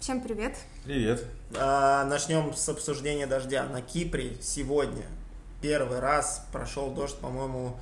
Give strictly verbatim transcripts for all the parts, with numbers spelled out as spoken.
Всем привет. Привет. А, начнем с обсуждения дождя. На Кипре сегодня первый раз прошел дождь, по-моему,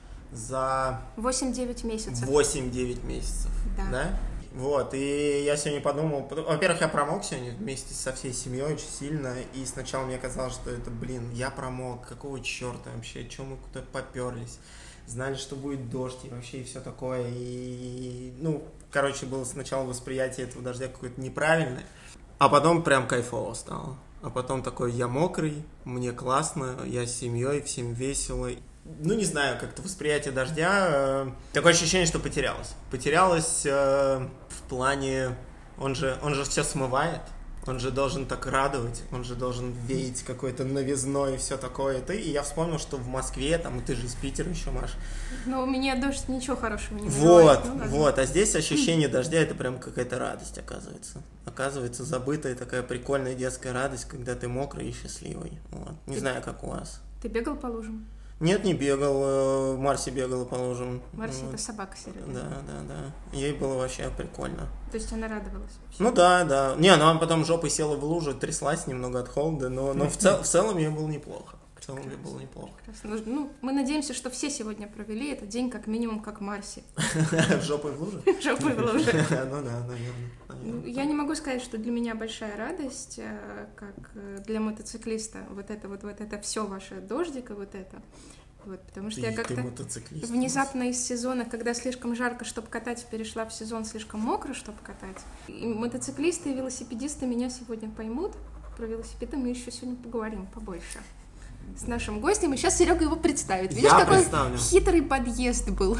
за восемь-девять месяцев. восемь-девять месяцев. Да. Да? Вот, и я сегодня подумал, во-первых, я промок сегодня вместе со всей семьей очень сильно, и сначала мне казалось, что это, блин, я промок, какого черта вообще, чем мы куда-то поперлись, знали, что будет дождь и вообще и все такое, и, ну, короче, было сначала восприятие этого дождя какое-то неправильное, а потом прям кайфово стало, а потом такой, я мокрый, мне классно, я с семьей, всем весело. Ну, не знаю, как-то восприятие дождя, э, такое ощущение, что потерялось. Потерялось э, в плане, он же, он же все смывает, он же должен так радовать, он же должен веять какой-то новизной и все такое. Ты, и я вспомнил, что в Москве, там, ты же из Питера еще, Маш. Но у меня дождь ничего хорошего не Вот, ну, вот, а здесь ощущение дождя, это прям какая-то радость, оказывается. Оказывается, забытая такая прикольная детская радость, когда ты мокрый и счастливый. Вот. Не ты, знаю, как у вас. Ты бегал по лужам? Нет, не бегал, Марси бегала по лужам. Марси вот. Это собака Серега. Да, да, да. Ей было вообще прикольно. То есть она радовалась вообще? Ну да, да. Не, она потом жопой села в лужу, тряслась немного от холода, но, но в, цел, в целом ей было неплохо. В целом ей было неплохо. Прекрасно. Ну, мы надеемся, что все сегодня провели этот день как минимум как Марси. Жопой в луже? Жопой в луже. Ну да, наверное. Я не могу сказать, что для меня большая радость, как для мотоциклиста, вот это вот, вот это все ваше дождик и вот это. Вот, потому что ты, я как-то внезапно из сезона, когда слишком жарко, чтобы катать, перешла в сезон слишком мокро, чтобы катать. И мотоциклисты и велосипедисты меня сегодня поймут. Про велосипеды мы еще сегодня поговорим побольше с нашим гостем. И сейчас Серега его представит. Видишь, я какой представлю. Хитрый подъезд был.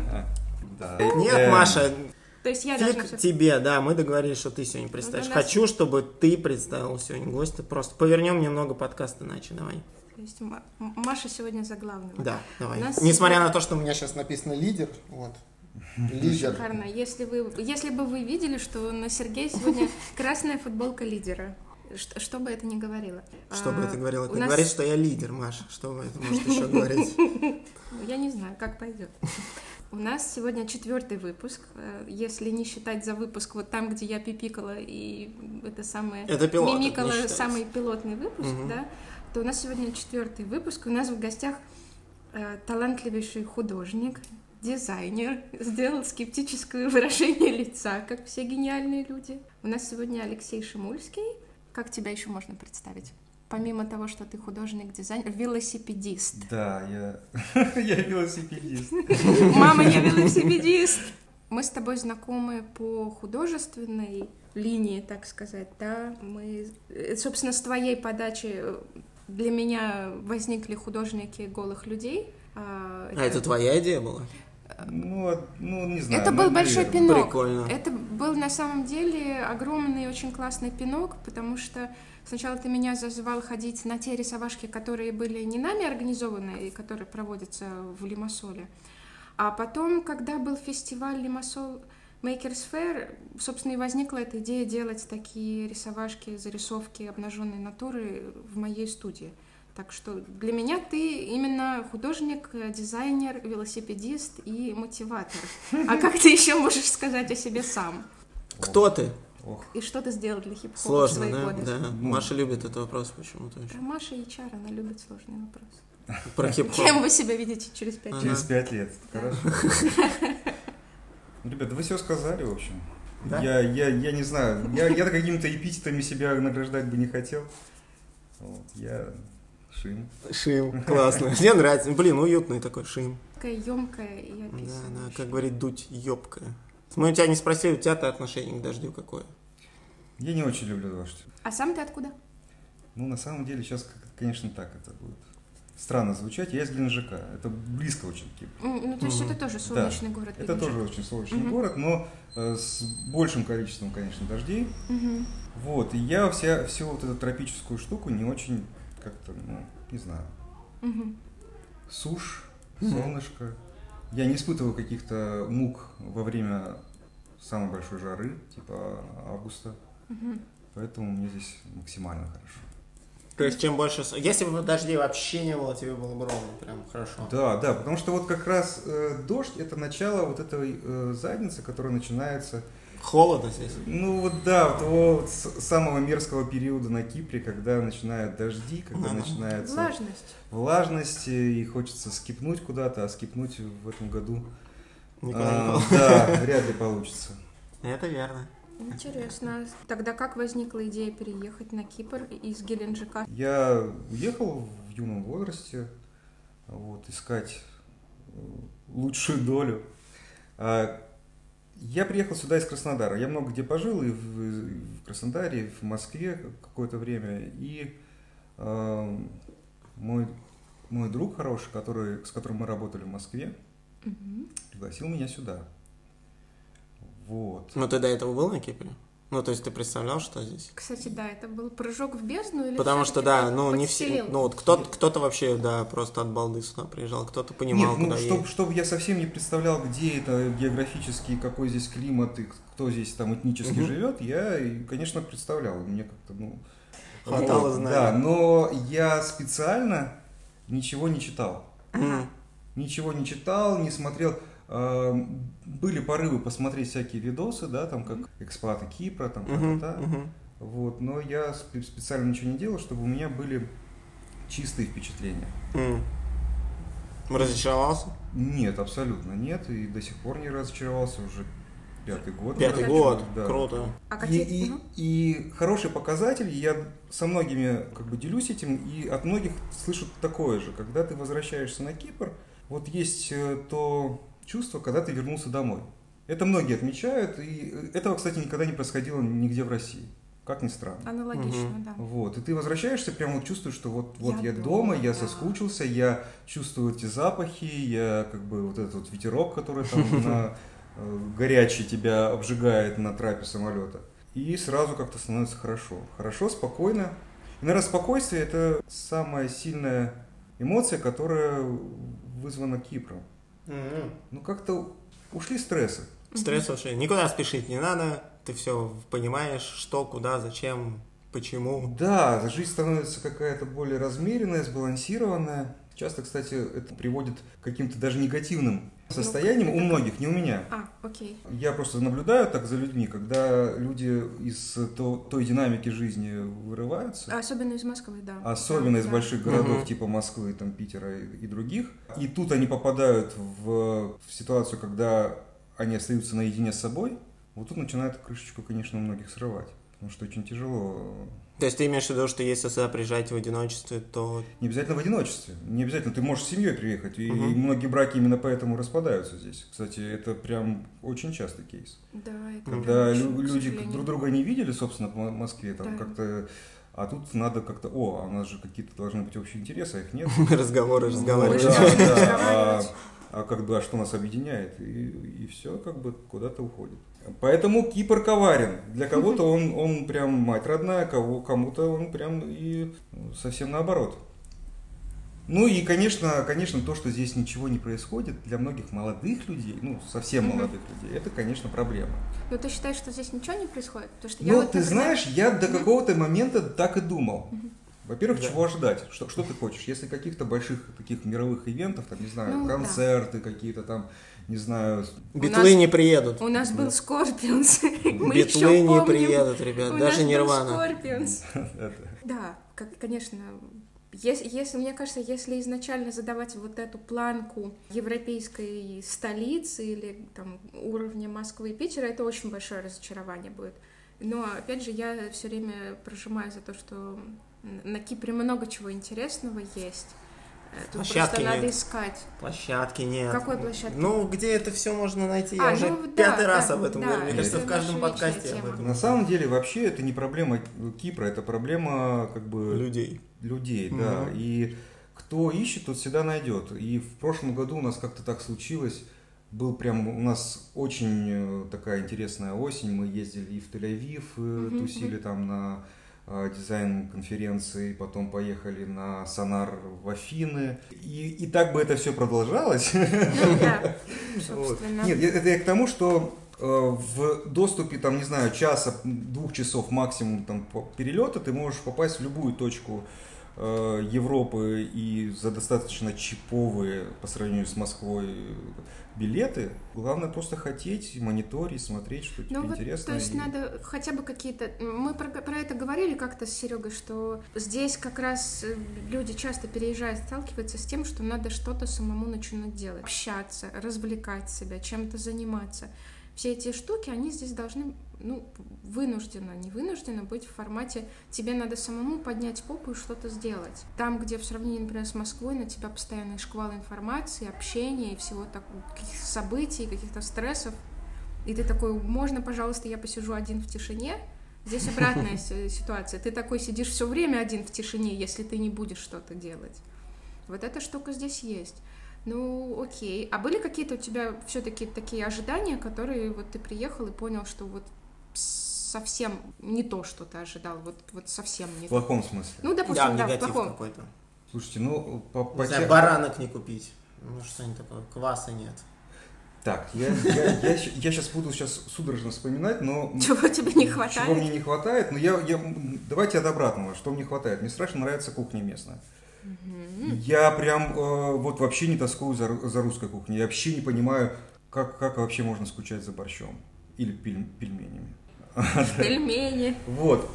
Нет, Маша, то есть я фиг тебе, да, мы договорились, что ты сегодня представишь. Хочу, чтобы ты представил сегодня гостя. Просто повернем немного подкаст иначе, давай. То есть Маша сегодня за главного. Да, давай. Нас Несмотря сегодня... на то, что у меня сейчас написано лидер, вот. Лидер. Шикарно. Если вы, если бы вы видели, что на Сергея сегодня красная футболка лидера. Что, что бы это ни говорило. Что бы это говорило? Ты нас... говоришь, что я лидер, Маша. Что бы это может еще говорить? Я не знаю, как пойдет. У нас сегодня четвертый выпуск. Если не считать за выпуск вот там, где я пипикала и это самое... Это пилот, мимикала это самый пилотный выпуск, угу. да, то у нас сегодня четвертый выпуск. У нас в гостях э, талантливейший художник, дизайнер, сделал скептическое выражение лица, как все гениальные люди. У нас сегодня Алексей Шимульский. Как тебя еще можно представить? Помимо того, что ты художник, дизайнер, велосипедист. Да, я, я велосипедист. Мама, я велосипедист. Мы с тобой знакомы по художественной линии, так сказать, да. Мы, собственно, с твоей подачи для меня возникли художники голых людей. А это, это твоя идея была? Ну, ну, не знаю. Это был большой пинок. Прикольно. Это был на самом деле огромный, очень классный пинок, потому что сначала ты меня зазывал ходить на те рисовашки, которые были не нами организованы и которые проводятся в Лимассоле. А потом, когда был фестиваль Лимассол Makers Fair, собственно, и возникла эта идея делать такие рисовашки, зарисовки обнаженной натуры в моей студии. Так что для меня ты именно художник, дизайнер, велосипедист и мотиватор. А как ты еще можешь сказать о себе сам? Кто ты? Ох. И что ты сделал для хип-хопа Сложно, в свои да? годы? Да. Маша любит этот вопрос почему-то. Про Маша и Чара, она любит сложные вопросы. Про хип-хоп. Кем вы себя видите через пять лет? Через пять лет, хорошо. Ребята, вы все сказали, в общем. Да? Я, я, я не знаю, я, я какими-то эпитетами себя награждать бы не хотел. Вот, я... Шим. Шим, классно. Мне нравится. Блин, уютный такой Шим. Такая емкая и описывающая. Да, да, как говорит Дудь, ёбкая. Мы у тебя не спросили, у тебя-то отношение к дождю какое? Я не очень люблю дождь. А сам ты откуда? Ну, на самом деле, сейчас, конечно, так это будет странно звучать. Я из Геленджика. Это близко очень к Кипру. Ну, то есть mm-hmm. это тоже солнечный да, город. Это Геленджик. тоже очень солнечный mm-hmm. город, но э, с большим количеством, конечно, дождей. Mm-hmm. Вот. И я вся, всю вот эту тропическую штуку не очень как-то, ну, не знаю. Mm-hmm. Сушь, солнышко. Я не испытываю каких-то мук во время самой большой жары, типа августа. Mm-hmm. Поэтому мне здесь максимально хорошо. То есть чем больше... Если бы дождей вообще не было, тебе было бы ровно, прям хорошо. Да, да, потому что вот как раз э, дождь — это начало вот этой э, задницы, которая начинается Холодно здесь? Ну вот да, того самого мерзкого периода на Кипре, когда начинают дожди, когда ага. начинается влажность. влажность, и хочется скипнуть куда-то, а скипнуть в этом году Никуда а, не да, вряд ли получится. Это верно. Интересно. Тогда как возникла идея переехать на Кипр из Геленджика? Я уехал в юном возрасте, вот, искать лучшую долю. Я приехал сюда из Краснодара. Я много где пожил, и в, в Краснодаре, и в Москве какое-то время. И э, мой, мой друг хороший, который, с которым мы работали в Москве, угу. пригласил меня сюда. Вот. Ну, ты до этого был на Кипре? Ну, то есть ты представлял, что здесь? Кстати, да, это был прыжок в бездну или Потому что, да, ну, не все, ну, вот кто-то, Нет. кто-то вообще, да, просто от балды сюда приезжал, кто-то понимал, Нет, куда ну, едет. чтобы, чтобы я совсем не представлял, где это географически, какой здесь климат и кто здесь там этнически угу. живет, я, конечно, представлял. Мне как-то, ну... Хватало вот, знаний. Да, но я специально ничего не читал. Mm. Ничего не читал, не смотрел... Были порывы посмотреть всякие видосы, да, там как экспаты Кипра, там uh-huh, та-та-та. uh-huh. Вот, но я специально ничего не делал, чтобы у меня были чистые впечатления. Mm. Разочаровался? Нет, абсолютно нет, и до сих пор не разочаровался, уже пятый год. Пятый год, да. Круто. А и, какие... и, угу. и хороший показатель, я со многими как бы делюсь этим, и от многих слышу такое же, когда ты возвращаешься на Кипр, вот есть то чувство, когда ты вернулся домой. Это многие отмечают, и этого, кстати, никогда не происходило нигде в России, как ни странно. Аналогично, угу. да. Вот, и ты возвращаешься, прямо вот чувствуешь, что вот, вот я, я дома, дома, я да. соскучился, я чувствую эти запахи, я как бы вот этот вот ветерок, который там на горячий тебя обжигает на трапе самолета. И сразу как-то становится хорошо. Хорошо, спокойно. И, наверное, спокойствие – это самая сильная эмоция, которая вызвана Кипром. Mm-hmm. Ну, как-то ушли стрессы. Стресс ушли. Никуда спешить не надо, ты все понимаешь, что, куда, зачем, почему. Да, жизнь становится какая-то более размеренная, сбалансированная. Часто, кстати, это приводит к каким-то даже негативным состояниям у многих, не у меня. А, окей. Я просто наблюдаю так за людьми, когда люди из то, той динамики жизни вырываются. Особенно из Москвы, да. Особенно да, из да. больших городов угу. типа Москвы, там, Питера и, и других. И тут они попадают в, в ситуацию, когда они остаются наедине с собой. Вот тут начинает крышечку, конечно, у многих срывать. Потому что очень тяжело. То есть ты имеешь в виду, что если сюда приезжать в одиночестве, то... Не обязательно в одиночестве. Не обязательно. Ты можешь с семьей приехать. И, uh-huh. и многие браки именно поэтому распадаются здесь. Кстати, это прям очень частый кейс. Да, это когда очень, лю- люди сожалению. друг друга не видели, собственно, по Москве, там да. как-то... А тут надо как-то... О, а у нас же какие-то должны быть общие интересы, а их нет. Разговоры, разговаривать. Да, да. А, а как бы, а что нас объединяет? И, и все как бы куда-то уходит. Поэтому Кипр коварен. Для кого-то он, он прям мать родная, кого, кому-то он прям и совсем наоборот. Ну и, конечно, конечно, то, что здесь ничего не происходит, для многих молодых людей, ну, совсем молодых людей, это, конечно, проблема. Но ты считаешь, что здесь ничего не происходит? Потому что ну, я вот, ты например... знаешь, я до какого-то момента так и думал. Во-первых, да. чего ожидать? Что, что ты хочешь? Если каких-то больших таких мировых ивентов, там, не знаю, ну, концерты да. какие-то там, не знаю... Битлы не приедут. У нас был Скорпионс. Битлы не приедут, ребят, даже Нирвана. Скорпионс. Да, конечно, если, если, мне кажется, если изначально задавать вот эту планку европейской столицы или там, уровня Москвы и Питера, это очень большое разочарование будет. Но, опять же, я все время прожимаю за то, что на Кипре много чего интересного есть. Тут площадки просто надо нет. искать. Площадки нет. Какой площадки? Ну, где это все можно найти? А, Я уже ну, пятый да, раз да, об этом да, говорю. Мне кажется, это в каждом наша подкасте вечная об тема. этом. На самом деле, вообще, это не проблема Кипра, это проблема как бы... Людей. Людей, Угу. да. И кто ищет, тот всегда найдет. И в прошлом году у нас как-то так случилось. Был прям у нас очень такая интересная осень. Мы ездили и в Тель-Авив, угу, тусили угу. там на дизайн-конференции, потом поехали на Сонар в Афины. И, и так бы это все продолжалось. Ну да, собственно. Нет, это я к тому, что в доступе, там, не знаю, часа, двух часов максимум там, перелета ты можешь попасть в любую точку э, Европы и за достаточно чиповые по сравнению с Москвой билеты. Главное просто хотеть, мониторить, смотреть, что тебе ну, интересно. Вот, то есть и... надо хотя бы какие-то... Мы про, про это говорили как-то с Серегой, что здесь как раз люди часто переезжают, сталкиваются с тем, что надо что-то самому начинать делать. Общаться, развлекать себя, чем-то заниматься. Все эти штуки, они здесь должны, ну, вынужденно, не вынужденно быть в формате тебе надо самому поднять попу и что-то сделать. Там, где в сравнении, например, с Москвой на тебя постоянный шквал информации, общения и всего такого, каких-то событий, каких-то стрессов, и ты такой, можно, пожалуйста, я посижу один в тишине? Здесь обратная ситуация. Ты такой сидишь все время один в тишине, если ты не будешь что-то делать. Вот эта штука здесь есть. Ну, окей. А были какие-то у тебя все-таки такие ожидания, которые вот ты приехал и понял, что вот совсем не то, что ты ожидал, вот, вот совсем не то? В плохом смысле? Ну, допустим, да, да, в плохом. какой-то. Слушайте, ну... По, по не знаю, те... баранок не купить. Ну, что-нибудь такое. Кваса нет. Так, я, я, я, я сейчас буду сейчас судорожно вспоминать, но... Чего тебе не хватает? Чего мне не хватает, но я, я... Давайте от обратного, что мне хватает. Мне страшно нравится кухня местная. Mm-hmm. Я прям э, вот вообще не тоскую за, за русской кухней. Я вообще не понимаю, как, как вообще можно скучать за борщом или пель, пельменями. Пельмени. Вот.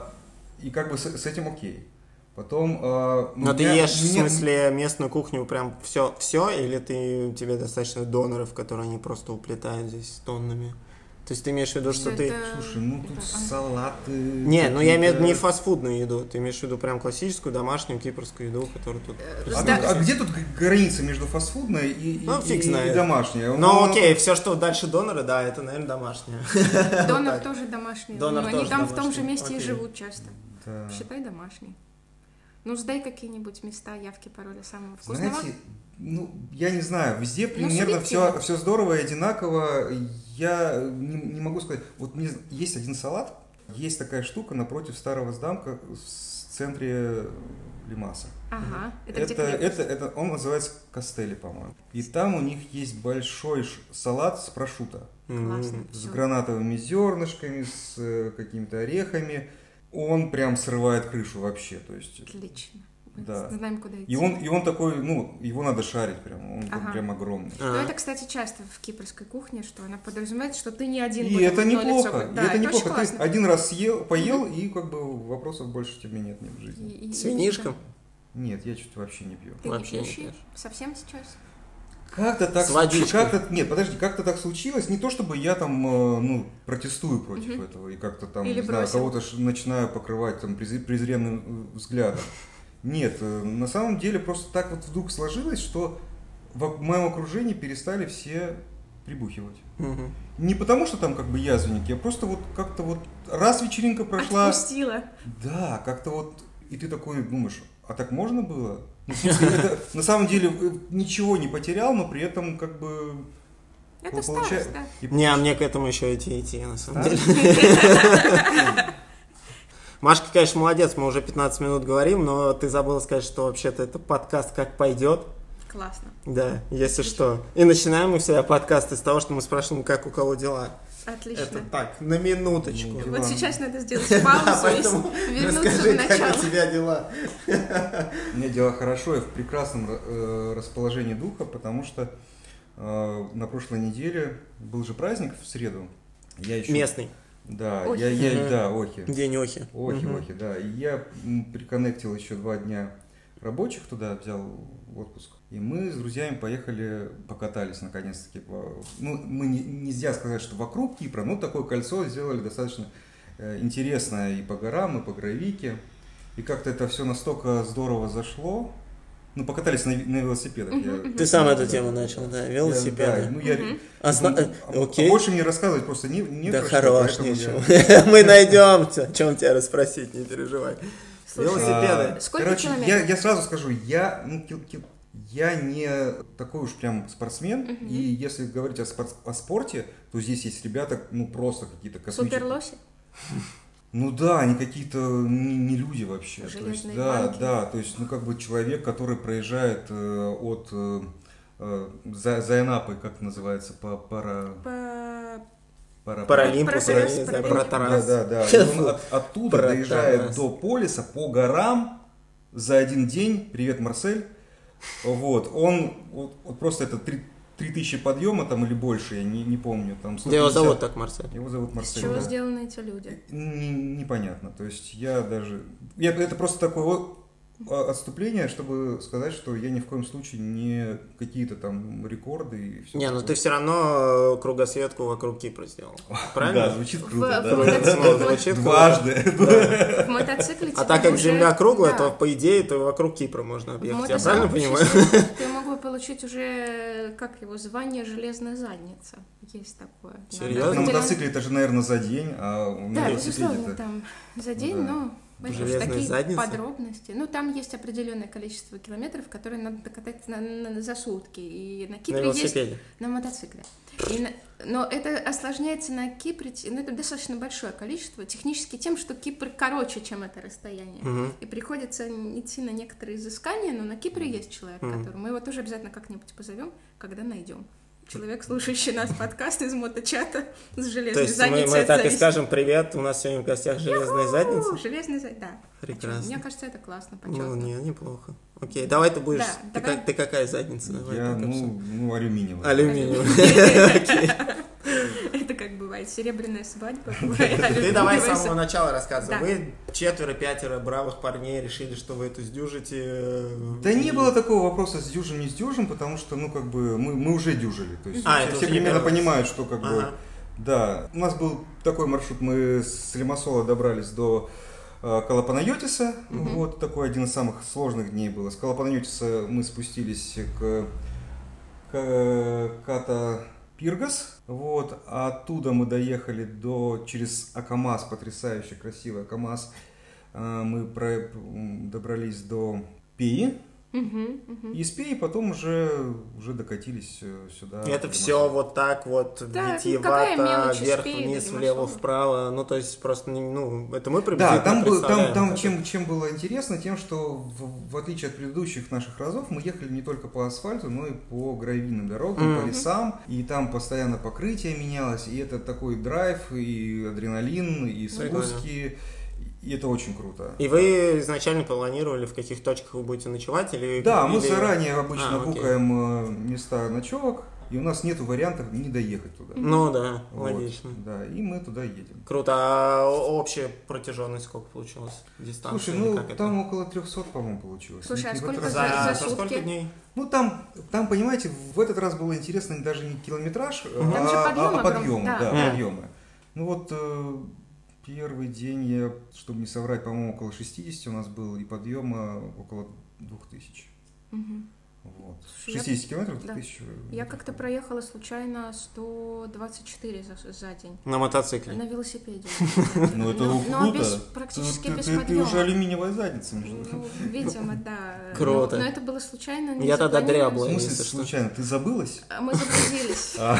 И как бы с этим окей. Потом... Но ты ешь, в смысле, местную кухню прям все, все, или ты, тебе достаточно доноров, которые они просто уплетают здесь тоннами? То есть ты имеешь в виду, что это... ты... Слушай, ну тут салаты... Не, ну я имею в виду не фастфудную еду, ты имеешь в виду прям классическую домашнюю кипрскую еду, которую тут... А, да. тут, а где тут граница между фастфудной и, ну, и, и, и домашней? Ну, ну окей, все, что дальше донора, да, это, наверное, домашняя. Донор тоже домашний. Донор но тоже они там домашний. В том же месте окей. И живут часто. Да. Считай домашний. Ну, сдай какие-нибудь места, явки, пароли самого вкусного. Знаете, ну, я не знаю, везде примерно ну, все, все здорово и одинаково. Я не, не могу сказать. Вот мне есть один салат, есть такая штука напротив старого здания в центре Лимаса. Ага, это, это, это, это он называется Костелли, по-моему. И там у них есть большой салат с прошутто. Классно. С гранатовыми зернышками, с какими-то орехами. Он прям срывает крышу вообще, то есть... Отлично. Да. Знаем, куда идти. И он, и он такой, ну, его надо шарить прям, он ага. прям огромный. Ну, это, кстати, часто в кипрской кухне, что она подразумевает, что ты не один. И это неплохо, лицо. Да, и это, это неплохо. Ты классно. один раз съел, поел, mm-hmm. и как бы вопросов больше тебе нет, нет в жизни. И, и, с винишком? Нет, я что-то вообще не пью. Ты вообще не пьешь? не пьешь? Совсем сейчас? Как-то так, с как-то, нет, подожди, как-то так случилось, не то чтобы я там, ну, протестую против mm-hmm. этого и как-то там, Или не знаю, бросил. кого-то начинаю покрывать там презренным взглядом. Нет, на самом деле просто так вот вдруг сложилось, что в моем окружении перестали все прибухивать. Mm-hmm. Не потому, что там как бы язвенники, а просто вот как-то вот раз вечеринка прошла... Отпустила. Да, как-то вот, и ты такой думаешь, а так можно было? Ну, в смысле, это, на самом деле ничего не потерял, но при этом как бы... Это получа... старость, да. И не, а мне к этому еще идти, идти, на самом старость? деле. Машка, конечно, молодец, мы уже пятнадцать минут говорим, но ты забыла сказать, что вообще-то это подкаст «Как пойдет». Классно. Да, если что. И начинаем мы всегда подкасты с того, что мы спрашиваем, как у кого дела. Отлично. Это так, на минуточку. Ну, вот сейчас надо сделать паузу и вернуться в начало. Как у тебя дела? У меня дела хорошо, я в прекрасном э, расположении духа, потому что э, на прошлой неделе был же праздник в среду. Я еще... Местный. Да, Охи. я, я, да, Охи. День Охи. Охи, угу. Охи, да. И я приконнектил еще два дня рабочих туда, взял в отпуск. И мы с друзьями поехали, покатались наконец-таки. Ну, мы не, нельзя сказать, что вокруг Кипра, но такое кольцо сделали достаточно э, интересное и по горам, и по гравийке. И как-то это все настолько здорово зашло. Ну, покатались на, на велосипедах. Uh-huh, я, Ты сам да, эту да, тему начал, да, велосипеды. Я, да, ну, я, uh-huh. а, ну, а, окей. Больше мне рассказывать просто не, не да про хорош, что, ничего. Я... Мы найдем, о чем тебя расспросить, не переживай. Слушай, велосипеды. А, сколько Короче, километров? Я, я сразу скажу, я, ну, кил, кил, я не такой уж прям спортсмен, uh-huh. и если говорить о, спорт, о спорте, то здесь есть ребята, ну, просто какие-то космические. Суперлоси? Ну да, они какие-то не, не люди вообще. То есть, да, банки. да, то есть, ну, как бы человек, который проезжает э, от э, э, за, за Анапой, как это называется, по пара... По... Пара... Паралимпус, Паратарас, да, Да, Паратарас. да, да. И он от, оттуда доезжает до полиса по горам, за один день, привет, Марсель, вот, он, вот, вот просто это три тысячи подъема там или больше, я не, не помню. Там сто пятьдесят. Его зовут так Марсель. Его зовут Марсель. С чего да. сделаны эти люди? Не, непонятно, то есть я даже, я, это просто такой вот отступление, чтобы сказать, что я ни в коем случае не какие-то там рекорды и все. Не, ну ты все равно кругосветку вокруг Кипра сделал. Правильно? Да, звучит круто. В- да. в мотоцикле- Ну, звучит Дважды. Да. В мотоцикле А тебе так как уже- Земля круглая, да. то по идее то вокруг Кипра можно В объехать. Я правильно мотоцикле понимаю? Ты мог бы получить уже, как его, звание «железная задница». Есть такое. Серьезно? На Надо- мотоцикле это же, наверное, за день, а на Да, велосипеде безусловно, это... там за день, Да. но знаешь, Железная такие задница? подробности. Ну, там есть определенное количество километров, которые надо докатать на, на- за сутки. И на На Кипре есть... велосипеде. На мотоцикле. И на- но это осложняется на Кипре, ну, это достаточно большое количество, технически тем, что Кипр короче, чем это расстояние. Мгм. И приходится идти на некоторые изыскания, но на Кипре есть человек, Мгм. который... Мы его тоже обязательно как-нибудь позовем, когда найдем. Человек, слушающий нас подкаст из моточата с То железной есть мы, задницей. мы от так и зависти. скажем привет, у нас сегодня в гостях железная задница. О, железный задница, да. Прекрасно. А чё, мне кажется, это классно, Ну, почетно. не, неплохо. Окей, давай ты будешь. Да, ты, давай. как, ты какая задница? Давай, Я, так и всё. ну, ну, алюминиевый. Алюминиевый. Окей. Это как бывает серебряная свадьба. Ты давай с самого начала рассказывай. Да. Вы четверо-пятеро бравых парней решили, что вы это сдюжите. э, Да не и- было такого вопроса с дюжим, не с дюжим, потому что, ну, как бы, мы, мы уже дюжили. То есть А, все, это все уже не примерно первый раз. понимают, что как бы... Ага. Да, у нас был такой маршрут, мы с Лимассола добрались до э, Калапанайотиса, Мгм. вот такой один из самых сложных дней был. С Калапанайотиса мы спустились к, к Ката Пиргас, вот, а оттуда мы доехали до, через Акамас, потрясающе красивый Акамас, э, мы про, добрались до Пеи, Мгм, мгм. и из Пеи потом уже, уже докатились э, сюда. И это в все Лимассол. вот так вот, Да, ну, какая витиевато, мелочь из вверх, Пеи до вниз, Лимассола. влево, вправо. Ну, то есть просто, не- ну, это мы Да, приблизительно там, был, там, представляем. там Это- чем, чем было интересно, тем, что в, в отличие от предыдущих наших разов, мы ехали не только по асфальту, но и по гравийным дорогам, Мгм. по лесам, и там постоянно покрытие менялось, и это такой драйв, и адреналин, и Прикольно. спуски, и это очень круто. И вы изначально планировали, в каких точках вы будете ночевать? Или, Да, мы или- заранее обычно А, окей. букаем э, места ночевок, и у нас нет вариантов не доехать туда. Ну да, Вот, логично. да, и мы туда едем. Круто. А общая протяженность сколько получилась? Дистанция? Слушай, или ну как это? там около трехсот, по-моему, получилось. Слушай, а Не- не в сколько этот За, раз. за за сколько сутки? дней? Ну, там, там, понимаете, в этот раз было интересно даже не километраж, Мгм. Там же а, подъемы а огром- подъемы. да. Да, Мгм. подъемы. Ну вот э, первый день, я, чтобы не соврать, по-моему, около шестидесяти у нас было, и подъема около двух тысяч. Мгм. Вот. Слушай, я- шестьдесят километров, да. тысячу. Я как-то проехала случайно сто двадцать четыре за, за день. На мотоцикле. На велосипеде. Ну, это Но- но круто. без- Ты, практически ты- без ты- ты подъема. уже алюминиевая задница, между прочим. Ну, видимо, да. Круто. Но, но это было случайно. не Я тогда запланировано. В дряблый. смысле, если что. случайно, ты забылась? А Мы заблудились. А.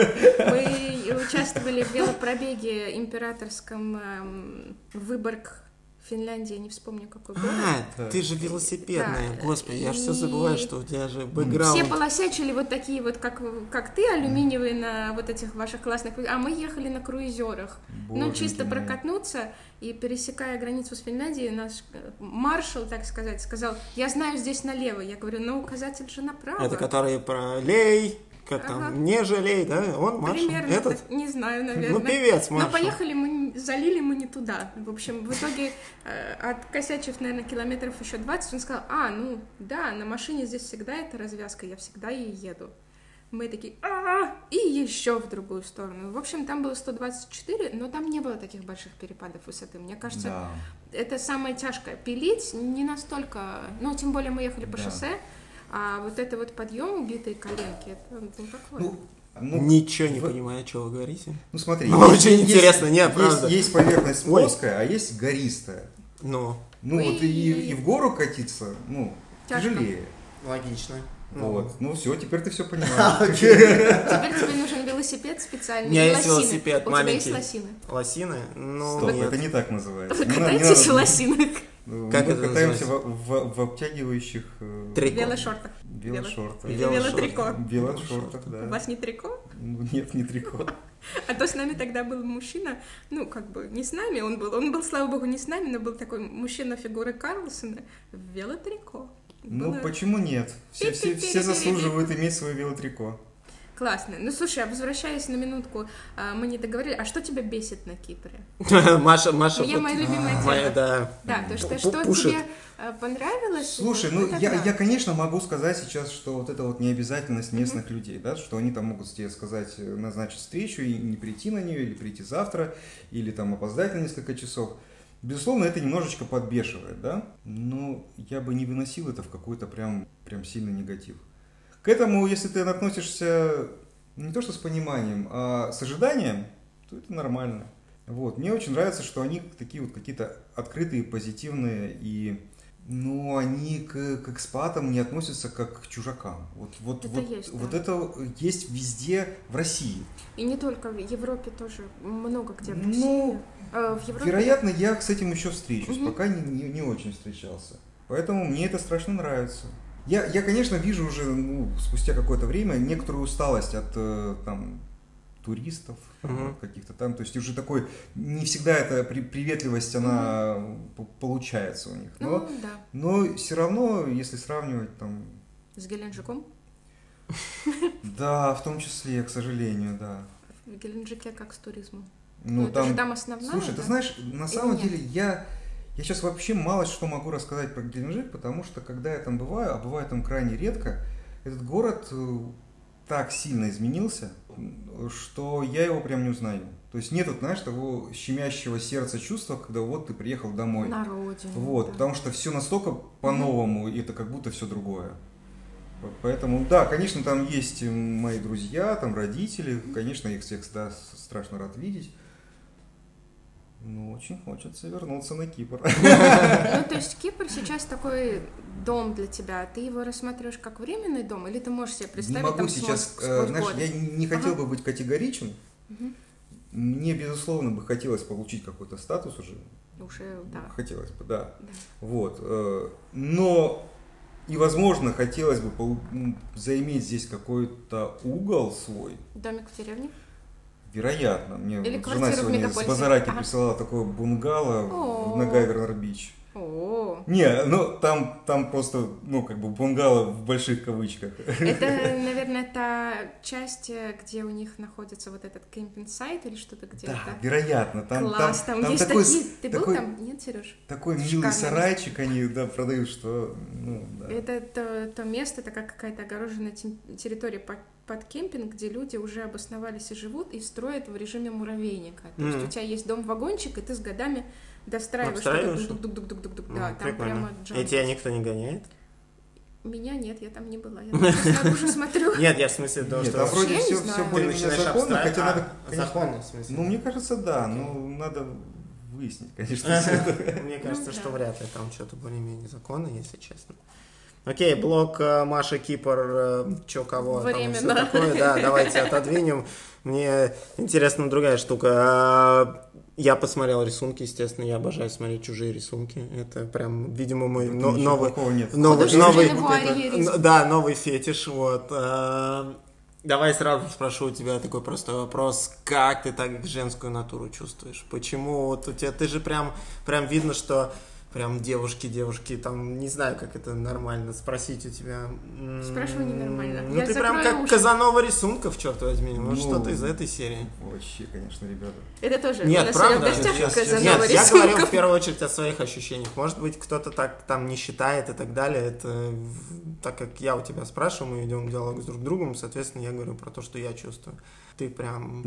Мы участвовали в велопробеге императорском эм, Выборг, Финляндия, не вспомню какой город. А, ты же велосипедная. Да. Господи, я же все И- забываю, что у тебя же Все бэкграунд. полосячили вот такие вот, как, как ты, алюминиевые на вот этих ваших классных... А мы ехали на круизерах. Ну, Боженьки чисто мои. прокатнуться, и пересекая границу с Финляндией, наш э, маршал, так сказать, сказал, я знаю здесь налево. Я говорю, ну, указатель же направо. Это которые про лей, как там, Ага. не жалей, да? Он маршал. Примерно, Этот? так, не знаю, наверное. Ну, певец Но маршал. поехали мы, залили мы не туда. В общем, в итоге, э, откосячив, наверное, километров еще двадцать, он сказал, а, ну, да, на машине здесь всегда эта развязка, я всегда ей еду. Мы такие, а и еще в другую сторону. В общем, там было сто двадцать четыре, но там не было таких больших перепадов высоты. Мне кажется, Да. это самое тяжкое. Пилить не настолько, ну, тем более мы ехали по Да. шоссе, а вот это вот подъем, убитые коленки, это ну, такое. Ну, ну, Ничего не в- понимаю, что вы говорите. Ну смотри, Ну, очень интересно, нет, есть, правда. есть поверхность Ой. плоская, а есть гористая. Ну, Ну Ой. вот и, и в гору катиться, ну, Тяжко. тяжелее. логично. Вот. Ну все, теперь ты все понимаешь. Теперь тебе нужен велосипед специальный. У меня и есть лосины. велосипед У маленький. тебя есть лосины? Лосины? Ну, Стоп, нет. это не так называется. Не надо- не Катайтесь в надо- лосинах. Мы Как это катаемся в, в- в обтягивающих э, Трико. Велошортах. велошортах. Или Велошорты. велотрико. Велошортах, У да. вас не трико? Ну, нет, не трико. А то с нами тогда был мужчина, ну, как бы не с нами, он был, он был, слава богу, не с нами, но был такой мужчина фигуры Карлсона в велотрико. Ну, Было... почему нет? Все, все, все заслуживают иметь свое велотрико. Классно. Ну, слушай, а возвращаясь на минутку, мы не договорили, а что тебя бесит на Кипре? Маша, Маша... Я моя любимая тема. Да, да, то что, что тебе понравилось? Слушай, ну, я, я, конечно, могу сказать сейчас, что вот это вот необязательность местных mm-hmm. людей, да, что они там могут тебе сказать, назначить встречу и не прийти на нее, или прийти завтра, или там опоздать на несколько часов. Безусловно, это немножечко подбешивает, да, но я бы не выносил это в какой-то прям, прям сильный негатив. К этому, если ты относишься не то что с пониманием, а с ожиданием, то это нормально. Вот. Мне очень нравится, что они такие вот какие-то открытые, позитивные, и ну, они к, к экспатам не относятся как к чужакам. Вот, вот, это вот, есть, вот да. это есть везде в России. И не только в Европе тоже, много где в России. Ну, а, в Европе... вероятно, я с этим еще встречусь, угу. пока не, не, не очень встречался. Поэтому мне это страшно нравится. Я, я, конечно, вижу уже ну, спустя какое-то время некоторую усталость от там, туристов, uh-huh. каких-то там. То есть уже такой, не всегда эта при, приветливость, она uh-huh. получается у них. Но, ну, да. но все равно, если сравнивать там... С Геленджиком? Да, в том числе, к сожалению, да. В Геленджике как с туризмом? Ну, ну там, это же там основная, слушай, да? ты знаешь, на Или самом нет? деле я... Я сейчас вообще мало что могу рассказать про Геленджик, потому что когда я там бываю, а бываю там крайне редко, этот город так сильно изменился, что я его прям не узнаю. То есть нет, знаешь, того щемящего сердца чувства, когда вот ты приехал домой. На родину. Вот, да. потому что все настолько по-новому, и это как будто все другое. Поэтому, да, конечно, там есть мои друзья, там родители, конечно, их всех всегда страшно рад видеть. Ну, очень хочется вернуться на Кипр. Ну, то есть Кипр сейчас такой дом для тебя. Ты его рассматриваешь как временный дом, или ты можешь себе представить не могу там сейчас, сквозь, сквозь знаешь, годы? я не хотел ага. бы быть категоричен. Угу. Мне, безусловно, бы хотелось получить какой-то статус уже. Уже, да. Хотелось бы, да. да. Вот. Но и, возможно, хотелось бы заиметь здесь какой-то угол свой. Домик в деревне? Вероятно. Мне Или вот жена сегодня с Базараки ага. присылала такое бунгало О-о-о. на Гайвернер-Бич. О. Не, ну там, там просто, ну, как бы бунгало в больших кавычках. Это, наверное, та часть, где у них находится вот этот кемпинг-сайт или что-то где-то. Да, вероятно. Там, класс, там, там, там есть такой, такие... Ты такой, был там? Нет, Сереж? Такой Шикарный милый сарайчик место. они да, продают, что... Ну, да. Это то, то место, такая какая-то огороженная территория под, под кемпинг, где люди уже обосновались и живут, и строят в режиме муравейника. То mm-hmm. есть у тебя есть дом-вагончик, и ты с годами достраиваешь что-то. Дук-дук-дук-дук-дук. Ну, да, там прямо джамп. И тебя никто не гоняет? Меня нет, я там не была. Я снаружи смотрю. Нет, я в смысле того, нет, что... Нет, а вроде все, все более-менее законно, хотя надо... Законно, в смысле? Ну, мне кажется, да, но надо выяснить, конечно. Мне кажется, что вряд ли там что-то более-менее законно, если честно. Окей, блок Маша Кипр, чё кого, временно. Там все такое, да, давайте отодвинем. Мне интересна другая штука. Я посмотрел рисунки, естественно, я обожаю смотреть чужие рисунки. Это прям, видимо, мой но, новый, новый, новый, новый да, новый фетиш. Вот. Давай сразу спрошу у тебя такой простой вопрос: как ты так женскую натуру чувствуешь? Почему вот у тебя, ты же прям, прям видно, что прям девушки, девушки, там, не знаю, как это нормально спросить у тебя. Спрашивай ненормально. Ну, я ты прям как уши. Казанова рисунков, черт возьми. Может, ну, что-то из этой серии. Вообще, конечно, ребята. Это тоже. Нет, правда? Нет, Нет, я говорил в первую очередь о своих ощущениях. Может быть, кто-то так там не считает и так далее. Это так как я у тебя спрашиваю, мы ведем диалог с друг другом, соответственно, я говорю про то, что я чувствую. Ты прям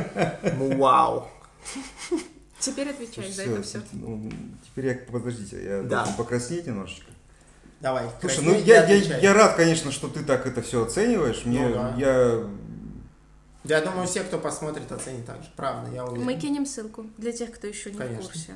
вау. Теперь отвечай за это все. Ну, теперь я, подождите, я да. должен покраснеть немножечко. Давай. Слушай, ну я, я, я рад, конечно, что ты так это все оцениваешь. Мне, ну, да. я... я думаю, все, кто посмотрит, оценит так же. Правда, я уверен. Мы кинем ссылку для тех, кто еще не конечно. в курсе.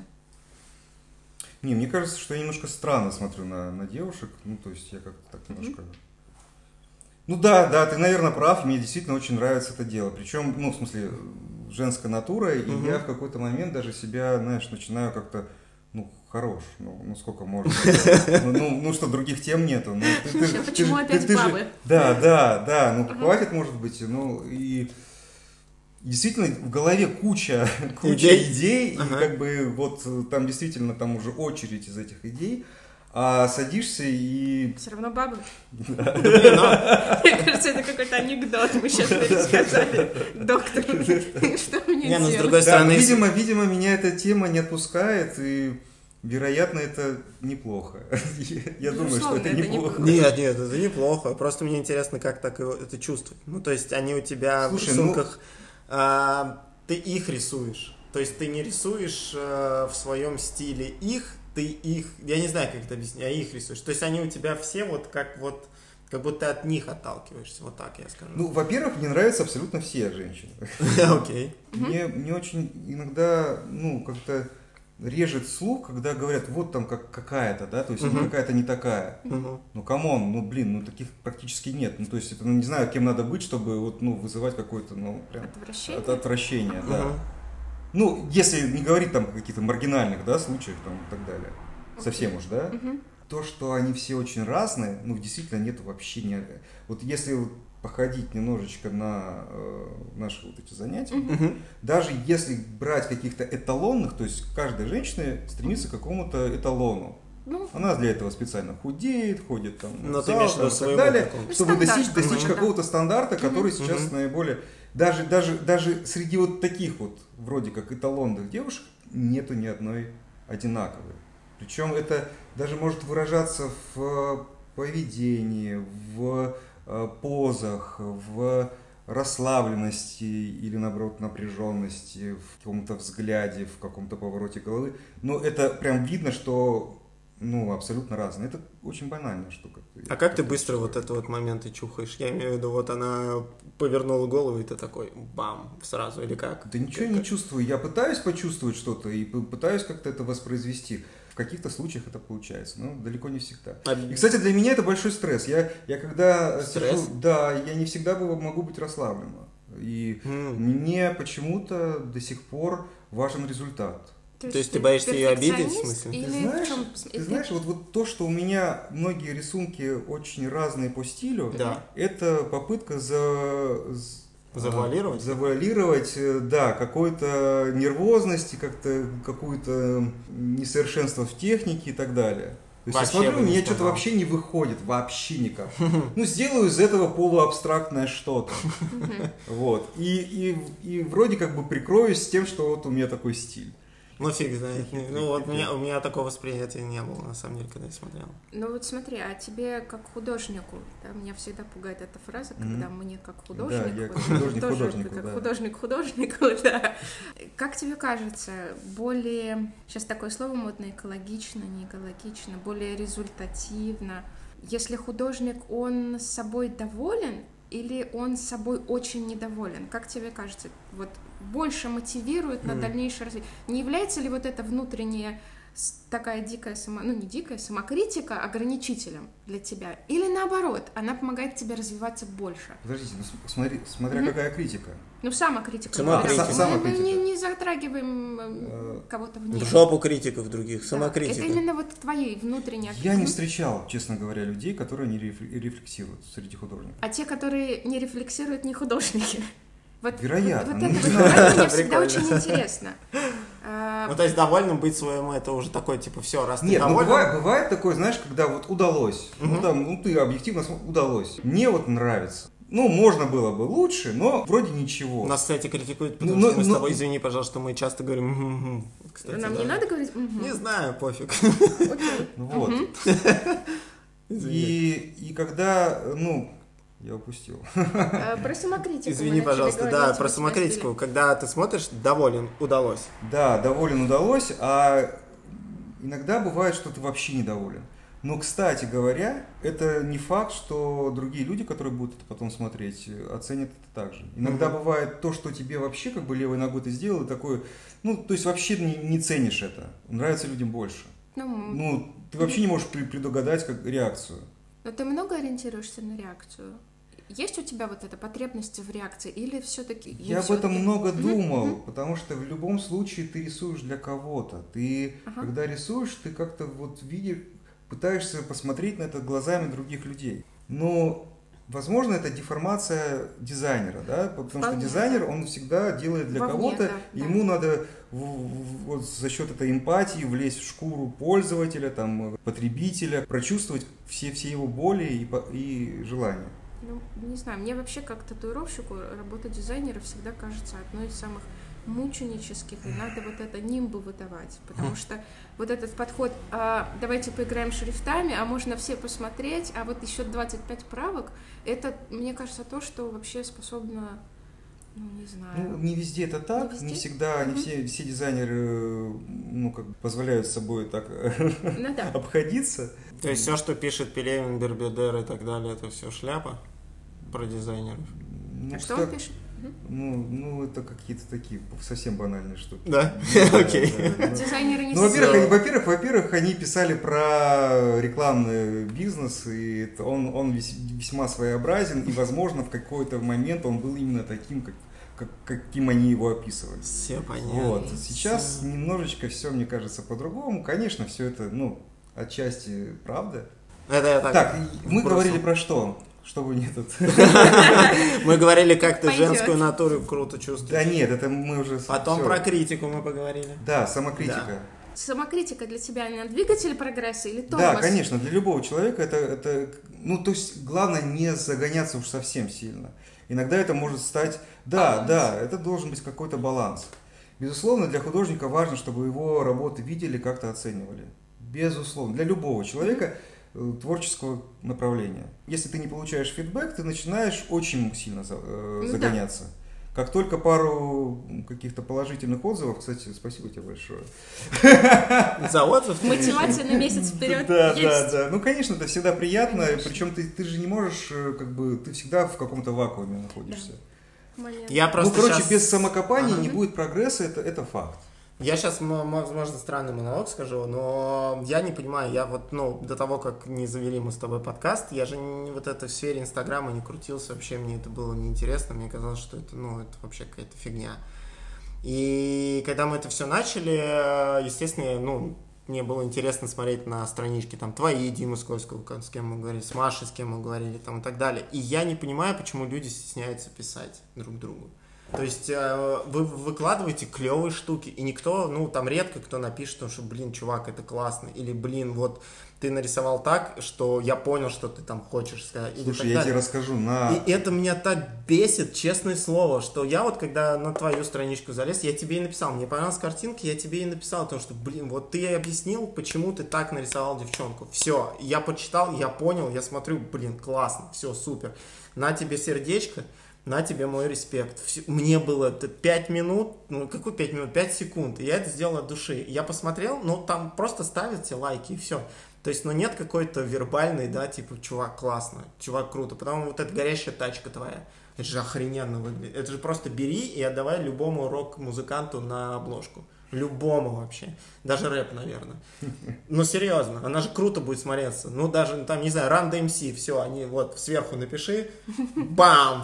Не, мне кажется, что я немножко странно смотрю на, на девушек. Ну, то есть я как-то так немножко... Mm-hmm. Ну да, да, ты, наверное, прав. Мне действительно очень нравится это дело. Причем, ну, в смысле, женская натура. И mm-hmm. я в какой-то момент даже себя, знаешь, начинаю как-то... Ну, хорош, ну, ну сколько можно. Ну, ну, ну что, других тем нету. Ну, ты, ты, Почему ты, опять ты, бабы? Же, да, да, да, ну uh-huh. хватит, может быть, ну и... действительно в голове куча, куча идей, идей ага. и как бы вот там действительно там уже очередь из этих идей, а садишься и... Все равно бабы. Да. Мне кажется, это какой-то анекдот. Мы сейчас рассказали доктору, что мне Не, ну, с делать. другой Да, стороны, видимо, видимо, меня эта тема не отпускает, и, вероятно, это неплохо. Я думаю, что Безусловно, это это неплохо. Нет, нет, это неплохо. Просто мне интересно, как так его- это чувствовать. Ну, то есть они у тебя Слушай, в рисунках, а, ты их рисуешь. То есть ты не рисуешь а, в своем стиле их, ты их, я не знаю, как это объяснить, а их рисуешь. То есть они у тебя все вот как вот, как будто от них отталкиваешься. Вот так я скажу. Ну, во-первых, мне нравятся абсолютно все женщины. Окей. Мне, мне очень иногда, ну, как-то режет слух, когда говорят, вот там как какая-то, да, то есть Мгм. какая-то не такая. Мгм. Ну, камон, ну, блин, ну, таких практически нет. Ну, то есть, это, ну, не знаю, кем надо быть, чтобы, вот, ну, вызывать какое-то, ну, прям... Отвращение? От отвращения, да. Мгм. Ну, если не говорить там о каких-то маргинальных, да, случаях там и так далее. Окей. Совсем уж, да. Мгм. То, что они все очень разные, ну, действительно нет вообще ни... Вот если вот походить немножечко на э, наши вот эти занятия, Мгм. даже если брать каких-то эталонных, то есть каждая женщина стремится к какому-то эталону. Ну, Она для этого специально худеет, ходит там Но в ты зал, имеешь в там, виду и так своему далее, какому-то. чтобы Стандарт достичь, достичь какой-то, да. какого-то стандарта, который сейчас Мгм. наиболее... Даже, даже, даже среди вот таких вот, вроде как эталонных девушек, нету ни одной одинаковой. Причем это даже может выражаться в поведении, в э, позах, в расслабленности или, наоборот, напряженности, в каком-то взгляде, в каком-то повороте головы. Но это прям видно, что ну, абсолютно разные. Это очень банальная штука. А как ты быстро вот этот вот момент и чухаешь? Я имею в виду, вот она повернула голову, и ты такой бам, сразу, или как? Да ничего я не чувствую. Я пытаюсь почувствовать что-то и п- пытаюсь как-то это воспроизвести. В каких-то случаях это получается, но далеко не всегда. А- И, кстати, для меня это большой стресс. Я, я когда Стресс? сижу, да, я не всегда был- могу быть расслабленно. И М. мне почему-то до сих пор важен результат. То есть ты боишься её обидеть, в перфекционист смысле? Или Ты знаешь, в чем? ты знаешь, вот, вот то, что у меня многие рисунки очень разные по стилю, Да. это попытка за, з- Завуалировать? а, завуалировать, э, да, какой-то нервозность, и как-то какое-то несовершенство в технике и так далее. То есть Вообще я смотрю, бы у не меня что-то сказал. вообще не выходит, вообще никак. Ну, сделаю из этого полуабстрактное что-то. Вот. И, и, и вроде как бы прикроюсь тем, что вот у меня такой стиль. Ну, фиг знает. Ну, вот у меня, у меня такого восприятия не было, на самом деле, когда я смотрел. Ну вот смотри, а тебе как художнику, да, меня всегда пугает эта фраза, Мгм. когда мне как художник, я вот, как художник тоже художнику, как да. художник художнику, да. Как тебе кажется, более, сейчас такое слово модное, экологично, не экологично, более результативно, если художник, он с собой доволен или он с собой очень недоволен? Как тебе кажется, вот больше мотивирует на Мгм. дальнейшее развитие? Не является ли вот это внутреннее с- такая дикая, само, ну не дикая, самокритика ограничителем для тебя? Или наоборот, она помогает тебе развиваться больше? Подождите, ну с- смотри, смотря Мгм. какая критика. Ну, самокритика. Самокритика. говорят. Са- Мы- мы не, самокритика. не затрагиваем э, Э, кого-то вне. В жопу критиков других, Да, самокритика. это именно вот твои внутренние... Я не Мгм. встречал, честно говоря, людей, которые не реф- рефлексируют среди художников. А те, которые не рефлексируют, не художники. Вот, Вероятно, Вот, ну, это не вот знаю. мне всегда Прикольно. очень интересно. А, Ну, то есть довольным быть своему, это уже такой, типа, все, раз ты Нет, ну доволен... бывает, бывает такое, знаешь, когда вот удалось. Мгм. Ну там, ну ты объективно см- удалось. Мне вот нравится. Ну, можно было бы лучше, но вроде ничего. Нас, кстати, критикуют, потому Ну, что мы с ну, тобой, ну- извини, пожалуйста, мы часто говорим «мгм-мгм». Кстати, Нам да. не надо говорить «мгм». Не знаю, пофиг. Окей. Ну вот. Мгм. Извини. И, и когда, ну, я упустил. А, Про самокритику. мы Извини, начали пожалуйста, говорить, да, мы про тебя самокритику. Когда ты смотришь, доволен, удалось. Да, доволен удалось, а иногда бывает, что ты вообще недоволен. Но, кстати говоря, это не факт, что другие люди, которые будут это потом смотреть, оценят это так же. Иногда Мгм. бывает то, что тебе вообще как бы левой ногой ты сделал, и такое, ну, то есть вообще не, не ценишь это. Нравится людям больше. Ну, Ну, ты вообще не можешь при- предугадать как реакцию. но ты много ориентируешься на реакцию? Есть у тебя вот эта потребность в реакции? Или все-таки... Я об этом много Мгм, думал, мгм. потому что в любом случае ты рисуешь для кого-то. Ты, Ага. когда рисуешь, ты как-то вот видишь, пытаешься посмотреть на это глазами других людей. Но Возможно, это деформация дизайнера, да, потому Вполне, что дизайнер, он всегда делает для Вовне, кого-то, да, ему да. надо вот за счет этой эмпатии влезть в шкуру пользователя, там, потребителя, прочувствовать все, все его боли и, и желания. Ну, не знаю, мне вообще как татуировщику работа дизайнера всегда кажется одной из самых мученических, и надо вот это нимбы выдавать, потому что вот этот подход, а, давайте поиграем шрифтами, а можно все посмотреть, а вот еще двадцать пять правок, это, мне кажется, то, что вообще способно, ну, не знаю. Ну, не везде это так, не, везде? не всегда, не mm-hmm. все, все дизайнеры, ну, как позволяют с собой так ну, да. обходиться. То есть все, что пишет Пелевин, Бербедер и так далее, это все шляпа про дизайнеров? Ну, а что он пишет? Ну, ну, это какие-то такие совсем банальные штуки. Да? Окей. Дизайнеры не Ну, во-первых, во-первых, во-первых, они писали про рекламный бизнес, и он, он весьма своеобразен, и, возможно, в какой-то момент он был именно таким, как, как, каким они его описывали. Все понятно. Вот. Сейчас все. Немножечко все, мне кажется, по-другому. Конечно, все это, ну, отчасти правда. Это я так. Так, мы бросил. говорили про что? Чтобы не тут. Мы говорили, как ты женскую натуру круто чувствуешь. Да нет, это мы уже... Потом все. Про критику мы поговорили. Да, самокритика. Да. Самокритика для тебя она двигатель прогресса или тормоз? Да, конечно, для любого человека это, это... Ну, то есть, главное не загоняться уж совсем сильно. Иногда это может стать... Да, баланс. Да, это должен быть какой-то баланс. Безусловно, для художника важно, чтобы его работы видели, как-то оценивали. Безусловно. Для любого человека... творческого направления. Если ты не получаешь фидбэк, ты начинаешь очень сильно за, э, загоняться. Да. Как только пару каких-то положительных отзывов, кстати, спасибо тебе большое. За отзыв? Мотивация на месяц вперед да, есть. Да, да. Ну, конечно, это всегда приятно, конечно. Причем ты, ты же не можешь, как бы, ты всегда в каком-то вакууме находишься. Да. Я просто ну, короче, сейчас... без самокопания ага. не будет прогресса, это, это факт. Я сейчас, возможно, странный монолог скажу, но я не понимаю, я вот, ну, до того, как не завели мы с тобой подкаст, я же не, вот это в сфере Инстаграма не крутился, вообще мне это было неинтересно, мне казалось, что это, ну, это вообще какая-то фигня. И когда мы это все начали, естественно, ну, мне было интересно смотреть на странички, там, твои, Димы Скользкого, с кем мы говорили, с Машей, с кем мы говорили, там, и так далее. И я не понимаю, почему люди стесняются писать друг другу. То есть вы выкладываете клевые штуки, и никто, ну, там редко кто напишет, что, блин, чувак, это классно, или, блин, вот ты нарисовал так, что я понял, что ты там хочешь сказать. Слушай, я тебе расскажу на... И это меня так бесит, честное слово, что я вот, когда на твою страничку залез, я тебе и написал, мне понравилась картинка, я тебе и написал, потому что, блин, вот ты объяснил, почему ты так нарисовал девчонку. Все, я почитал, я понял, я смотрю, блин, классно, все, супер. На тебе сердечко. На тебе мой респект. Мне было пять минут, ну какой пять минут, пять секунд, и я это сделал от души. Я посмотрел, ну там просто ставят тебе лайки и все. То есть, ну нет какой-то вербальной, да, типа, чувак, классно, чувак, круто. Потому вот эта горящая тачка твоя, это же охрененно выглядит. Это же просто бери и отдавай любому рок-музыканту на обложку. Любому вообще. Даже рэп, наверное. Ну, серьезно. Она же круто будет смотреться. Ну, даже, там, не знаю, Run ди эм си, все, они вот сверху напиши. Бам!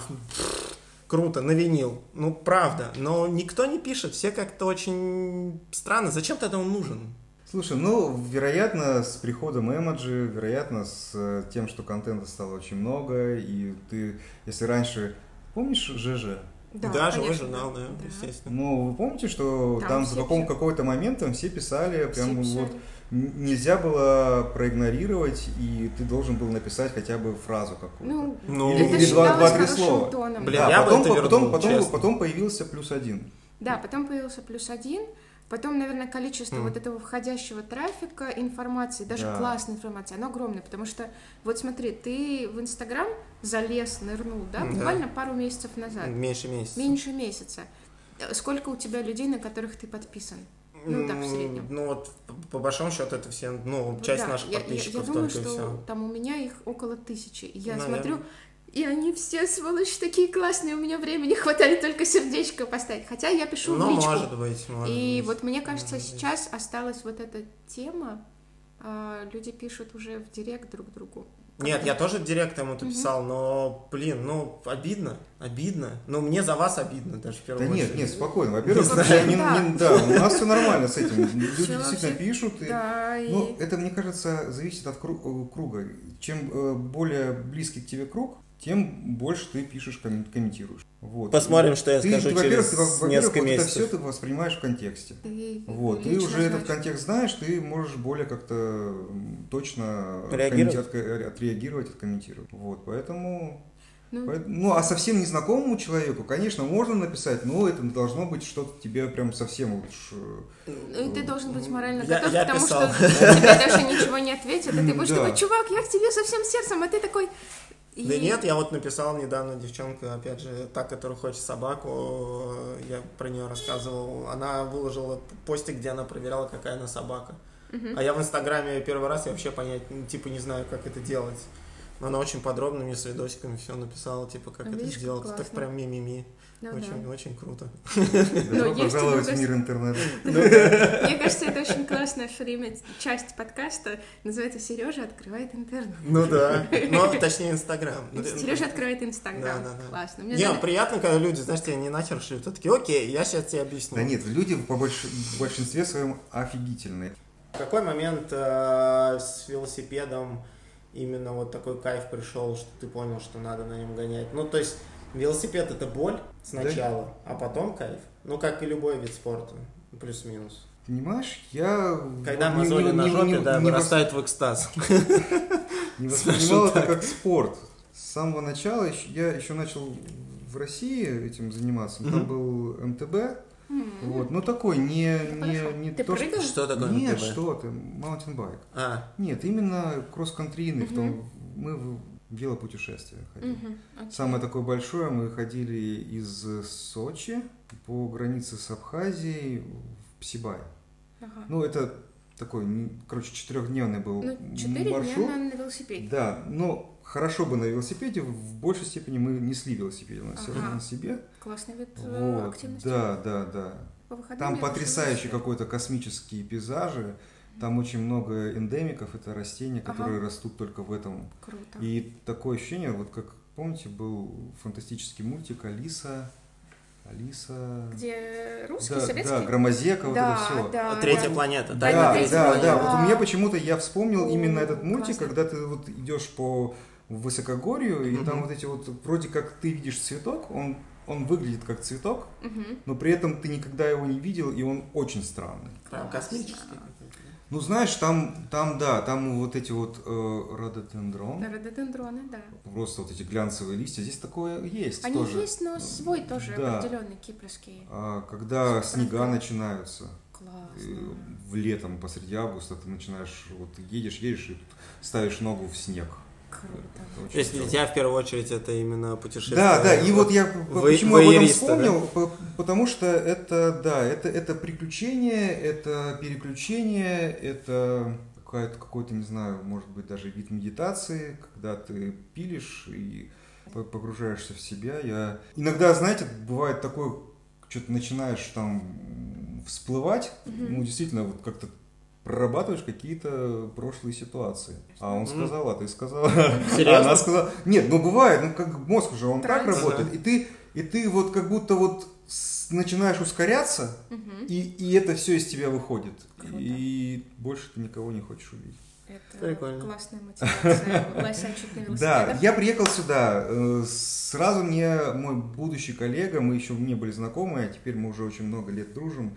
Круто, на винил. Ну, правда. Но никто не пишет. Все как-то очень странно. Зачем тогда он нужен? Слушай, ну, вероятно, с приходом Эмоджи, вероятно, с тем, что контента стало очень много, и ты, если раньше... Помнишь ЖЖ? Да, да, живой журнал, да, да, естественно. Ну, вы помните, что там, там за каком, какой-то момент там все писали, прям все вот нельзя было проигнорировать, и ты должен был написать хотя бы фразу какую-то. Ну, или, или два-три слова. Тоном. Блин, да, я потом, бы это потом, вернул, потом, потом появился плюс один. Да, потом появился плюс один. Потом, наверное, количество mm. вот этого входящего трафика, информации, даже да. классной информации, оно огромное, потому что, вот смотри, ты в Инстаграм залез, нырнул, да, mm, буквально да. пару месяцев назад. Меньше месяца. Меньше месяца. Сколько у тебя людей, на которых ты подписан? Ну, так, в среднем. Ну, вот, по большому счету, это все, ну, часть да, наших подписчиков я, я, я думаю, только что и все. Там у меня их около тысячи. И я Наверное. смотрю... И они все, сволочь, такие классные, у меня времени хватает только сердечко поставить. Хотя я пишу ну, в личку. может быть, может И быть. вот мне кажется, может сейчас быть. осталась вот эта тема, а, люди пишут уже в директ друг другу. Нет, я тоже в директ ему это писал, угу. но, блин, ну, обидно, обидно. Ну, мне за вас обидно даже в первую да очередь. Да нет, нет, спокойно. Во-первых, не, да. Не, да, у нас все нормально с этим. Люди все действительно вообще... пишут. И... Да, Ну, и... это, мне кажется, зависит от круга. Чем более близкий к тебе круг, тем больше ты пишешь, комментируешь. Вот. Посмотрим, что я ты, скажу ты, через во-первых, несколько вот месяцев. Это все ты воспринимаешь в контексте. Ты вот. Ты уже значит. этот контекст знаешь, ты можешь более как-то точно отреагировать, откомментировать. Вот. Поэтому... Ну, ну, а совсем незнакомому человеку, конечно, можно написать, но это должно быть что-то тебе прям совсем уж... Ну, и ты должен быть морально я, готов я к тому, писал. что тебе даже ничего не ответят, и ты будешь да. такой, чувак, я к тебе со всем сердцем, а ты такой... И... Да нет, я вот написал недавно девчонка, опять же, та, которая хочет собаку, я про нее рассказывал, она выложила постик, где она проверяла, какая она собака. Uh-huh. А я в Инстаграме первый раз, я вообще понять, типа, не знаю, как это делать. Но она очень подробно мне с видосиками все написала, типа, как Видишь, это сделать. как так прям ми-ми-ми. Ну, очень, да. очень круто. Добро пожаловать в мир интернета. Мне кажется, это очень классная все время часть подкаста. Называется «Сережа открывает интернет». Ну да, но точнее Инстаграм. Сережа открывает Инстаграм. Да, да, да. Классно. Не, приятно, когда люди, знаешь, тебе не нахер шлют. Ты такие, окей, я сейчас тебе объясню. Да нет, люди в большинстве своем офигительные. В какой момент с велосипедом именно вот такой кайф пришел, что ты понял, что надо на нем гонять? Ну, то есть велосипед — это боль сначала, да? А потом кайф. Ну, как и любой вид спорта, плюс-минус. Понимаешь, я... Когда вот мозоли на жопе, не, да, не вырастают вос... в экстаз. Не воспринимал это как спорт. С самого начала я еще начал в России этим заниматься. Там был эм тэ бэ. Вот, ну такой, не, не, не ты то, прыгал? Что такое Нет, эм тэ бэ? что ты, маунтинбайк. А. Нет, именно кросс-контрийный, в том, мы в велопутешествие ходили. Uh-huh. Okay. Самое такое большое, мы ходили из Сочи по границе с Абхазией в Псибай. Uh-huh. Ну, это такой, короче, четырехдневный был ну, четыре маршрут. дня на велосипеде. Да, но хорошо бы на велосипеде, в большей степени мы несли велосипед на, ага. на себе. Классный вид вот. активности. Да, да, да. Там потрясающие какой-то космические пейзажи. Там очень много эндемиков, это растения, которые ага. растут только в этом. Круто. И такое ощущение, вот как помните, был фантастический мультик «Алиса». Алиса... Где русский, да, советский? Да, Громозека, да, вот это все. Да, Третья да. планета. Да, да, да, да, планета. да. Вот у меня почему-то я вспомнил О, именно этот мультик, классно. когда ты вот идешь по высокогорью, и угу. там вот эти вот, вроде как ты видишь цветок, он, он выглядит как цветок, угу. но при этом ты никогда его не видел, и он очень странный. Прям космический. Ну, знаешь, там, там, да, там вот эти вот э, рододендроны. Рододендроны, да. Просто вот эти глянцевые листья. Здесь такое есть Они тоже. есть, но свой тоже да. определенный, кипрский. А, когда Супер снега круто. начинаются. Классно. В летом, посреди августа, ты начинаешь, вот едешь, едешь и ставишь ногу в снег. Круто. То есть для тебя в первую очередь это именно путешествие. Да, да, и вот я Вы, почему об этом вспомнил, вспомнил, да? Потому что это, да, это, это приключение, это переключение, это какое-то, какой-то, не знаю, может быть, даже вид медитации, когда ты пилишь и погружаешься в себя. Я... Иногда, знаете, бывает такое, что-то начинаешь там всплывать, mm-hmm. ну, действительно, вот как-то прорабатываешь какие-то прошлые ситуации. А он сказал, а ты сказала. Серьезно? А она сказала. Нет, ну бывает, ну как мозг уже, он Транс. так работает. И ты, и ты вот как будто вот с, начинаешь ускоряться, Угу. и, и это все из тебя выходит. Круто. И больше ты никого не хочешь увидеть. Это Прикольно. классная мотивация. Лайся чуть на велосипедах. Да, я приехал сюда. э, Сразу мне мой будущий коллега, мы еще не были знакомы, а теперь мы уже очень много лет дружим,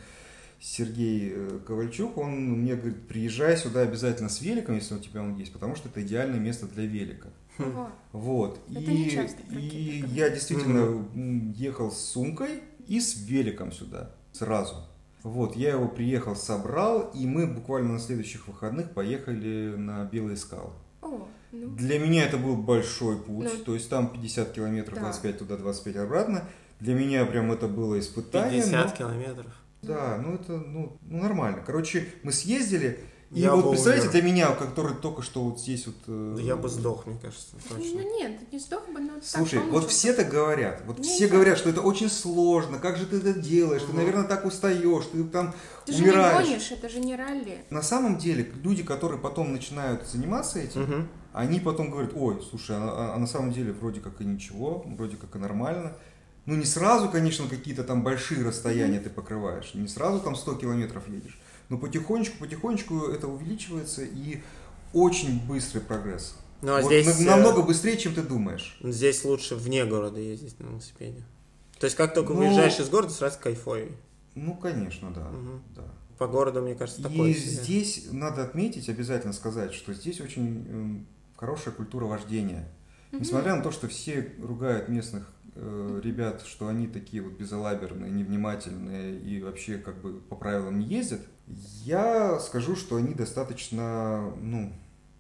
Сергей Ковальчук, он мне говорит, приезжай сюда обязательно с великом, если у тебя он есть, потому что это идеальное место для велика. Ого. Вот. Это и не часто про и Кипр я действительно mm-hmm. ехал с сумкой и с великом сюда сразу. Вот, я его приехал, собрал, и мы буквально на следующих выходных поехали на Белые скалы. О, ну. Для меня это был большой путь, ну, то есть там пятьдесят километров, да. двадцать пять туда, двадцать пять обратно. Для меня прям это было испытание. пятьдесят но... километров. Да, ну это ну, ну нормально. Короче, мы съездили, и я вот представляете, умер. для меня, который только что вот здесь вот... Да я бы сдох, мне кажется, точно. Ну нет, ты не сдох бы, но Слушай, так вот все так говорят, вот не, все не. говорят, что это очень сложно, как же ты это делаешь, Угу. ты, наверное, так устаешь, ты там Ты умираешь. же не гонишь, это же не ралли. На самом деле, люди, которые потом начинают заниматься этим, Угу. они потом говорят, ой, слушай, а, а на самом деле вроде как и ничего, вроде как и нормально. Ну, не сразу, конечно, какие-то там большие расстояния mm-hmm. ты покрываешь, не сразу там сто километров едешь, но потихонечку, потихонечку это увеличивается, и очень быстрый прогресс. Ну, а вот здесь... намного быстрее, чем ты думаешь. Здесь лучше вне города ездить на велосипеде. То есть, как только ну, выезжаешь из города, сразу кайфовый. Ну, конечно, да. Угу. да. По городу, мне кажется, такое И себе. здесь надо отметить, обязательно сказать, что здесь очень э, хорошая культура вождения. Mm-hmm. Несмотря на то, что все ругают местных э, ребят, что они такие вот безалаберные, невнимательные и вообще как бы по правилам не ездят, я скажу, что они достаточно, ну...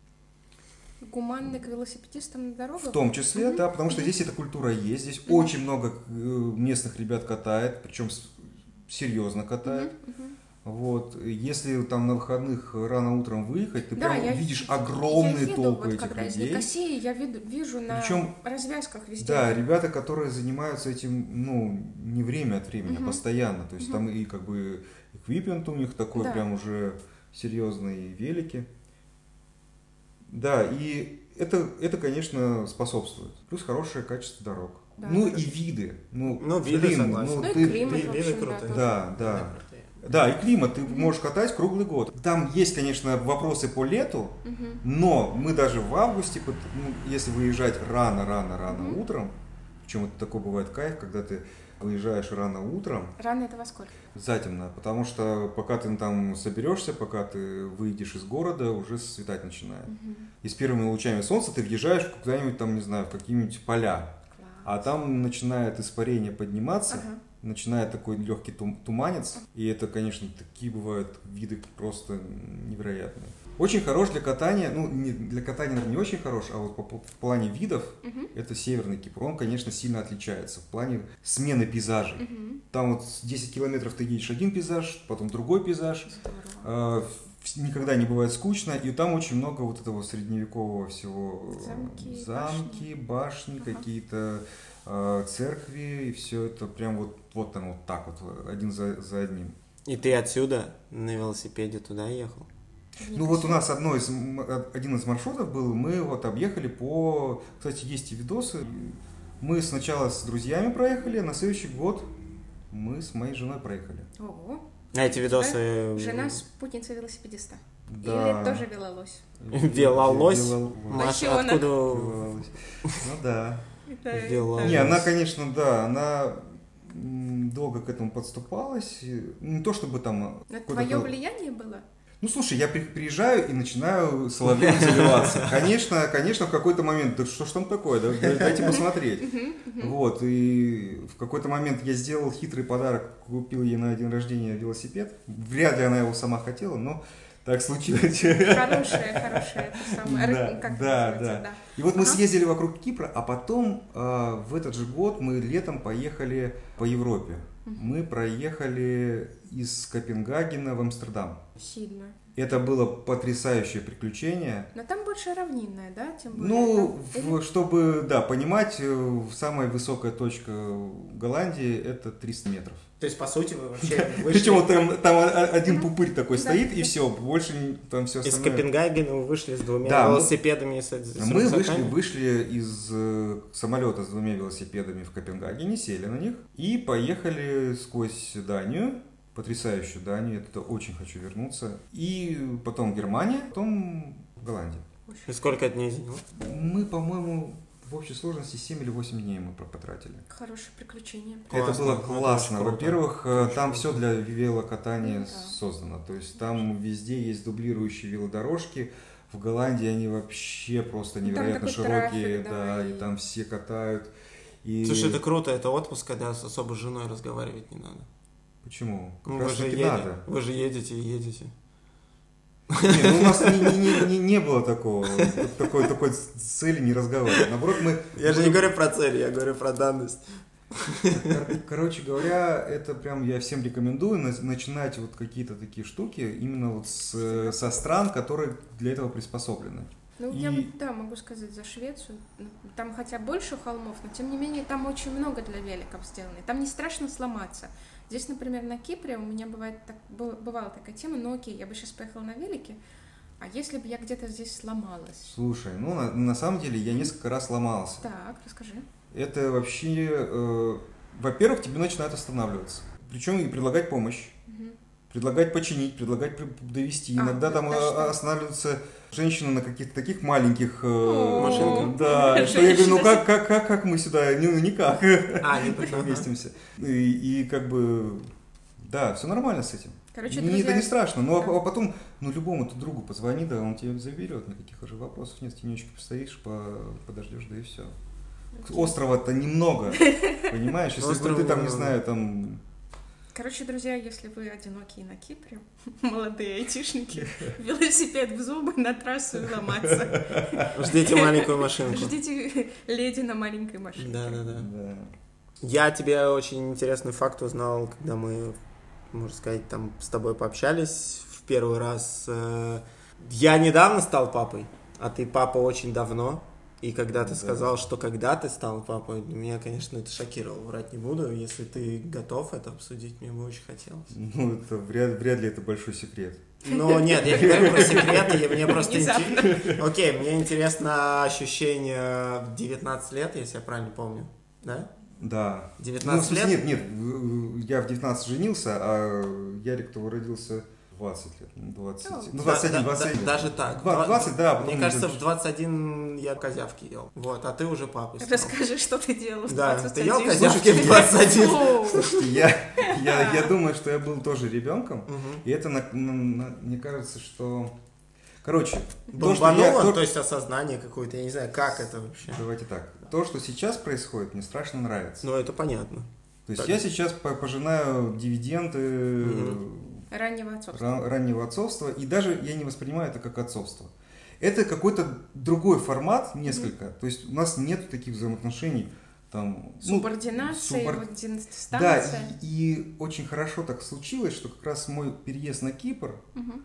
Гуманны к велосипедистам на дорогах? В том числе, mm-hmm. да, потому что mm-hmm. здесь эта культура есть, здесь mm-hmm. очень много местных ребят катает, причем серьезно катает. Mm-hmm. Вот. Если там на выходных рано утром выехать, ты да, прям я, видишь огромные я еду, толпы вот, этих когда людей. Из Никосии я виду, вижу на Причем, развязках везде. Да, ребята, которые занимаются этим, ну, не время от времени, угу. а постоянно. То есть угу. там и как бы эквипмент у них такой, да. прям уже серьезные велики. Да, и это, это, конечно, способствует. Плюс хорошее качество дорог. Да, ну хорошо. и виды. Ну, ну виды, блин, согласен. ну, ну ты, и климат, ты, в виды общем, крутые. Да, да. Да, и климат, ты mm-hmm. можешь катать круглый год. Там есть, конечно, вопросы по лету, mm-hmm. но мы даже в августе, ну, если выезжать рано-рано-рано mm-hmm. утром, причем это такой бывает кайф, когда ты выезжаешь рано утром. Рано это во сколько? Затемно, потому что пока ты там соберешься, пока ты выйдешь из города, уже светать начинает. Mm-hmm. И с первыми лучами солнца ты въезжаешь куда-нибудь там, не знаю, в какие-нибудь поля. Класс. А там начинает испарение подниматься. Ага. Начинает такой легкий туманец, и это, конечно, такие бывают виды просто невероятные. Очень хорош для катания, ну, не, для катания, наверное, не очень хорош, а вот по, по, в плане видов, uh-huh. это северный Кипр, он, конечно, сильно отличается в плане смены пейзажей. Uh-huh. Там вот десять километров ты едешь один пейзаж, потом другой пейзаж, э, никогда не бывает скучно, и там очень много вот этого средневекового всего. Замки, замки башни, башни. какие-то церкви, и все это прям вот, вот там вот так вот, один за, за одним. И ты отсюда на велосипеде туда ехал? Ну вот у нас одно из, один из маршрутов был, мы вот объехали по... Кстати, есть и видосы. Мы сначала с друзьями проехали, а на следующий год мы с моей женой проехали. Ого. А эти видосы... Жена спутница велосипедиста. Да. Или тоже велолось? Велолось? Маша, откуда... Велолось. Ну да. Велолось. Не, она, конечно, да, она долго к этому подступалась. Не то чтобы там... Но твое влияние было? Ну, слушай, я приезжаю и начинаю соловьем заливаться. Конечно, конечно, в какой-то момент, да что ж там такое, да, дайте посмотреть. Вот, и в какой-то момент я сделал хитрый подарок, купил ей на день рождения велосипед. Вряд ли она его сама хотела, но так случилось. Хорошее, хорошее, это самое, да, как да, да. да. И вот мы ага. съездили вокруг Кипра, а потом э, в этот же год мы летом поехали по Европе. Uh-huh. Мы проехали из Копенгагена в Амстердам. Сильно. Это было потрясающее приключение. Но там больше равнинное, да? Тем более, ну, там... в, чтобы, да, понимать, самая высокая точка Голландии это триста метров. То есть, по сути, вы вообще вышли... Причем там, там один пупырь такой стоит, и все, больше там все остальное... Из Копенгагена вы вышли с двумя да, велосипедами? С, с мы вышли, вышли из самолета с двумя велосипедами в Копенгагене, сели на них и поехали сквозь Данию, потрясающую Данию, это очень хочу вернуться, и потом Германия, потом Голландия. И сколько дней заняло? Мы, по-моему... В общей сложности семь или восемь дней мы потратили. Хорошее приключение. Это классно, было классно. Это Во-первых, очень там круто. Все для велокатания да. создано. То есть там везде есть дублирующие велодорожки. В Голландии они вообще просто невероятно широкие. Трафик, да, да, и... и там все катают. И... Слушай, это круто, это отпуск, когда с особо с женой разговаривать не надо. Почему? Как Ну, раз вы, же таки едете, надо. вы же едете и едете. Не, ну у нас не, не, не, не было такого, такой, такой цели не разговаривать. Наоборот, мы... Я же не говорю про цель, я говорю про данность. Короче говоря, это прям я всем рекомендую начинать вот какие-то такие штуки именно вот с, со стран, которые для этого приспособлены. Ну, И... я, да, могу сказать за Швецию. Там хотя больше холмов, но тем не менее там очень много для великов сделано. Там не страшно сломаться. Здесь, например, на Кипре у меня бывает так, бывала такая тема, ну окей, я бы сейчас поехала на велике, а если бы я где-то здесь сломалась? Слушай, ну на, на самом деле я несколько раз сломался. Так, расскажи. Это вообще, э, во-первых, тебе начинают останавливаться, причем и предлагать помощь. Угу. предлагать починить, предлагать довести. А, Иногда там да останавливаются женщины на каких-то таких маленьких машинках. Да, что я говорю, ну как, как, как, как мы сюда? Ну никак. А, не поместимся. И, и как бы, да, все нормально с этим. Короче, Мне друзья... это не страшно. Ну, а, а потом, ну, любому-то другу позвони, да, он тебе заберет, никаких уже вопросов нет, тенечки постоишь, по, подождешь, да и все. Острова-то немного, понимаешь? Если бы ты там, не знаю, там... Короче, друзья, если вы одинокие на Кипре, молодые айтишники, велосипед в зубы, на трассу и ломаться. Ждите маленькую машинку. Ждите леди на маленькой машинке. Да-да-да. Я тебе очень интересный факт узнал, когда мы, можно сказать, там с тобой пообщались в первый раз. Я недавно стал папой, а ты папа очень давно. И когда ты да. сказал, что когда ты стал папой, меня, конечно, это шокировало, врать не буду. Если ты готов это обсудить, мне бы очень хотелось. Ну, это вряд, вряд ли это большой секрет. Ну, нет, я не говорю про секреты, мне просто интересно. Окей, мне интересно ощущение в девятнадцать лет, если я правильно помню, да? Да. девятнадцать ну, лет? Нет, нет, я в девятнадцать женился, а Ярик-то родился... двадцать лет, двадцать, ну, двадцать один, двадцать один. Да, даже так. двадцать, да. Мне кажется, в двадцать один я козявки ел. Вот, а ты уже папа стал. Расскажи, что ты делал в да, двадцать один. Да, ты ел козявки в двадцать один. Слушайте, я, я, я думаю, что я был тоже ребенком, угу. и это, на, на, на, мне кажется, что... Короче, то, что я... То, то есть осознание какое-то, я не знаю, как это вообще. Давайте так. То, что сейчас происходит, мне страшно нравится. Ну, это понятно. То есть так. Я сейчас пожинаю дивиденды... Угу. Раннего отцовства. Раннего отцовства. И даже я не воспринимаю это как отцовство. Это какой-то другой формат несколько. Mm-hmm. То есть у нас нет таких взаимоотношений. Там, субординация, ну, субор... вот дистанция. Да, и, и очень хорошо так случилось, что как раз мой переезд на Кипр mm-hmm.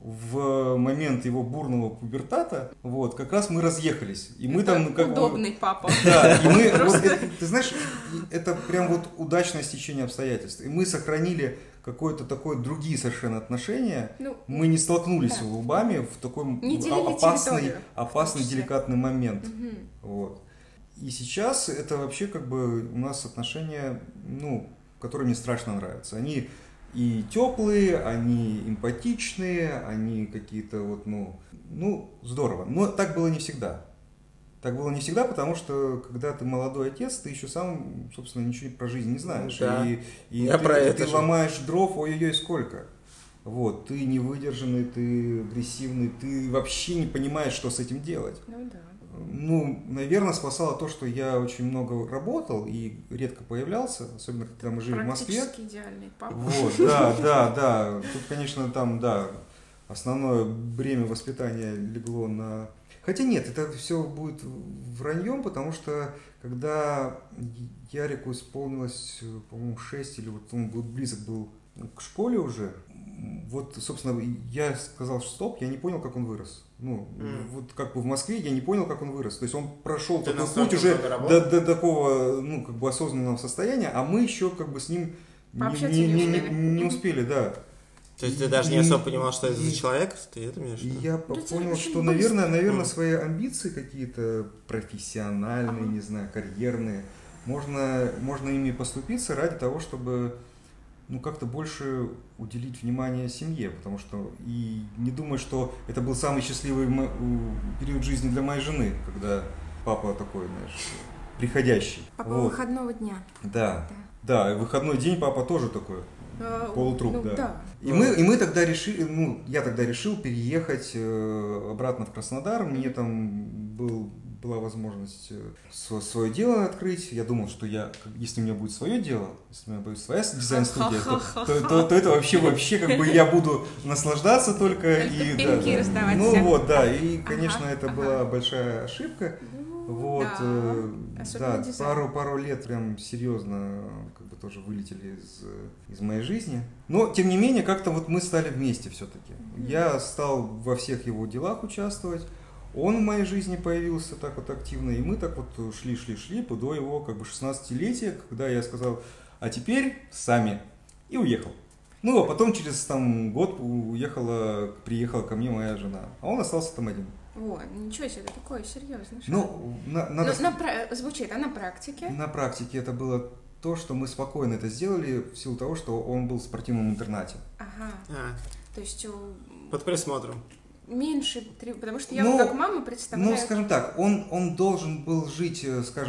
в момент его бурного пубертата, вот, как раз мы разъехались. И мы это там, как удобный бы, папа. Да, и мы, вот, это, ты знаешь, это прям вот удачное стечение обстоятельств. И мы сохранили какое-то такое другие совершенно отношения, ну, мы не столкнулись да. лбами в такой опасный, опасный деликатный момент. Угу. Вот. И сейчас это вообще как бы у нас отношения, ну, которые мне страшно нравятся. Они и теплые, они эмпатичные, они какие-то вот, ну, ну, здорово. Но так было не всегда. Так было не всегда, потому что, когда ты молодой отец, ты еще сам, собственно, ничего про жизнь не знаешь. Да. И, и Я ты, про это ты же. ломаешь дров, ой-ой-ой, сколько. Вот, ты невыдержанный, ты агрессивный, ты вообще не понимаешь, что с этим делать. Ну да. Ну, наверное, спасало то, что я очень много работал и редко появлялся, особенно когда мы жили в Москве. Практически идеальный папа. Вот, да, да, да. Тут, конечно, там, да, основное бремя воспитания легло на... Хотя нет, это все будет враньем, потому что когда Ярику исполнилось, по-моему, шесть, или вот он близок был к школе уже, вот, собственно, я сказал, что стоп, я не понял, как он вырос. Ну, mm. вот как бы в Москве я не понял, как он вырос. То есть он прошел Ты такой путь уже до, до такого, ну, как бы осознанного состояния, а мы еще как бы с ним не, не, не, не, не успели, да. То есть ты даже не особо понимал, что это за человек, ты это имеешь в виду? Я ну, понял, что, наверное, наверное, свои амбиции какие-то профессиональные, ага. не знаю, карьерные, можно, можно ими поступиться ради того, чтобы, ну, как-то больше уделить внимание семье, потому что и не думаю, что это был самый счастливый период жизни для моей жены, когда папа такой, знаешь, приходящий. Папа вот. выходного дня. Да, да, да, выходной день папа тоже такой. Полутруп, ну, да. да. И мы, и мы тогда решили, ну, я тогда решил переехать э, обратно в Краснодар. Мне там был, была возможность свое дело открыть. Я думал, что я, если у меня будет свое дело, если у меня будет своя дизайн-студия, то, то, то, то это вообще, вообще, как бы я буду наслаждаться только. И, да, да. Ну всем. Вот, да. И, конечно, ага, это ага. была большая ошибка. Вот, да, э, да пару, пару лет прям серьезно как бы тоже вылетели из, из моей жизни. Но, тем не менее, как-то вот мы стали вместе все-таки. Mm-hmm. Я стал во всех его делах участвовать. Он в моей жизни появился так вот активно. И мы так вот шли-шли-шли до его как бы шестнадцатилетия, когда я сказал, а теперь сами. И уехал. Ну, а потом через там, год уехала, приехала ко мне моя жена. А он остался там один. О, ничего себе, такое серьезное. Ну, на, надо... на, на, звучит, а на практике? На практике это было то, что мы спокойно это сделали в силу того, что он был в спортивном интернате. Ага. А, То есть под присмотром. меньше, потому что я Ну, вот как мама представляю. Ну, скажем так, он, он должен был жить,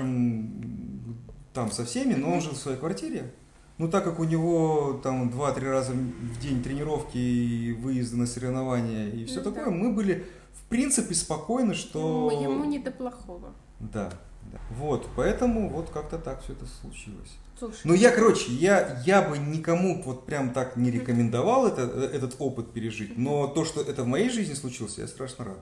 скажем, там со всеми, но он жил в своей квартире. Ну, так как у него там два-три раза в день тренировки и выезды на соревнования и все Ну, такое, да. мы были, в принципе, спокойны, что... Ему, ему не до плохого. Да, да. Вот, поэтому вот как-то так все это случилось. Слушай, Ну, я, короче, я, я бы никому вот прям так не рекомендовал это, этот опыт пережить, но то, что это в моей жизни случилось, я страшно рад.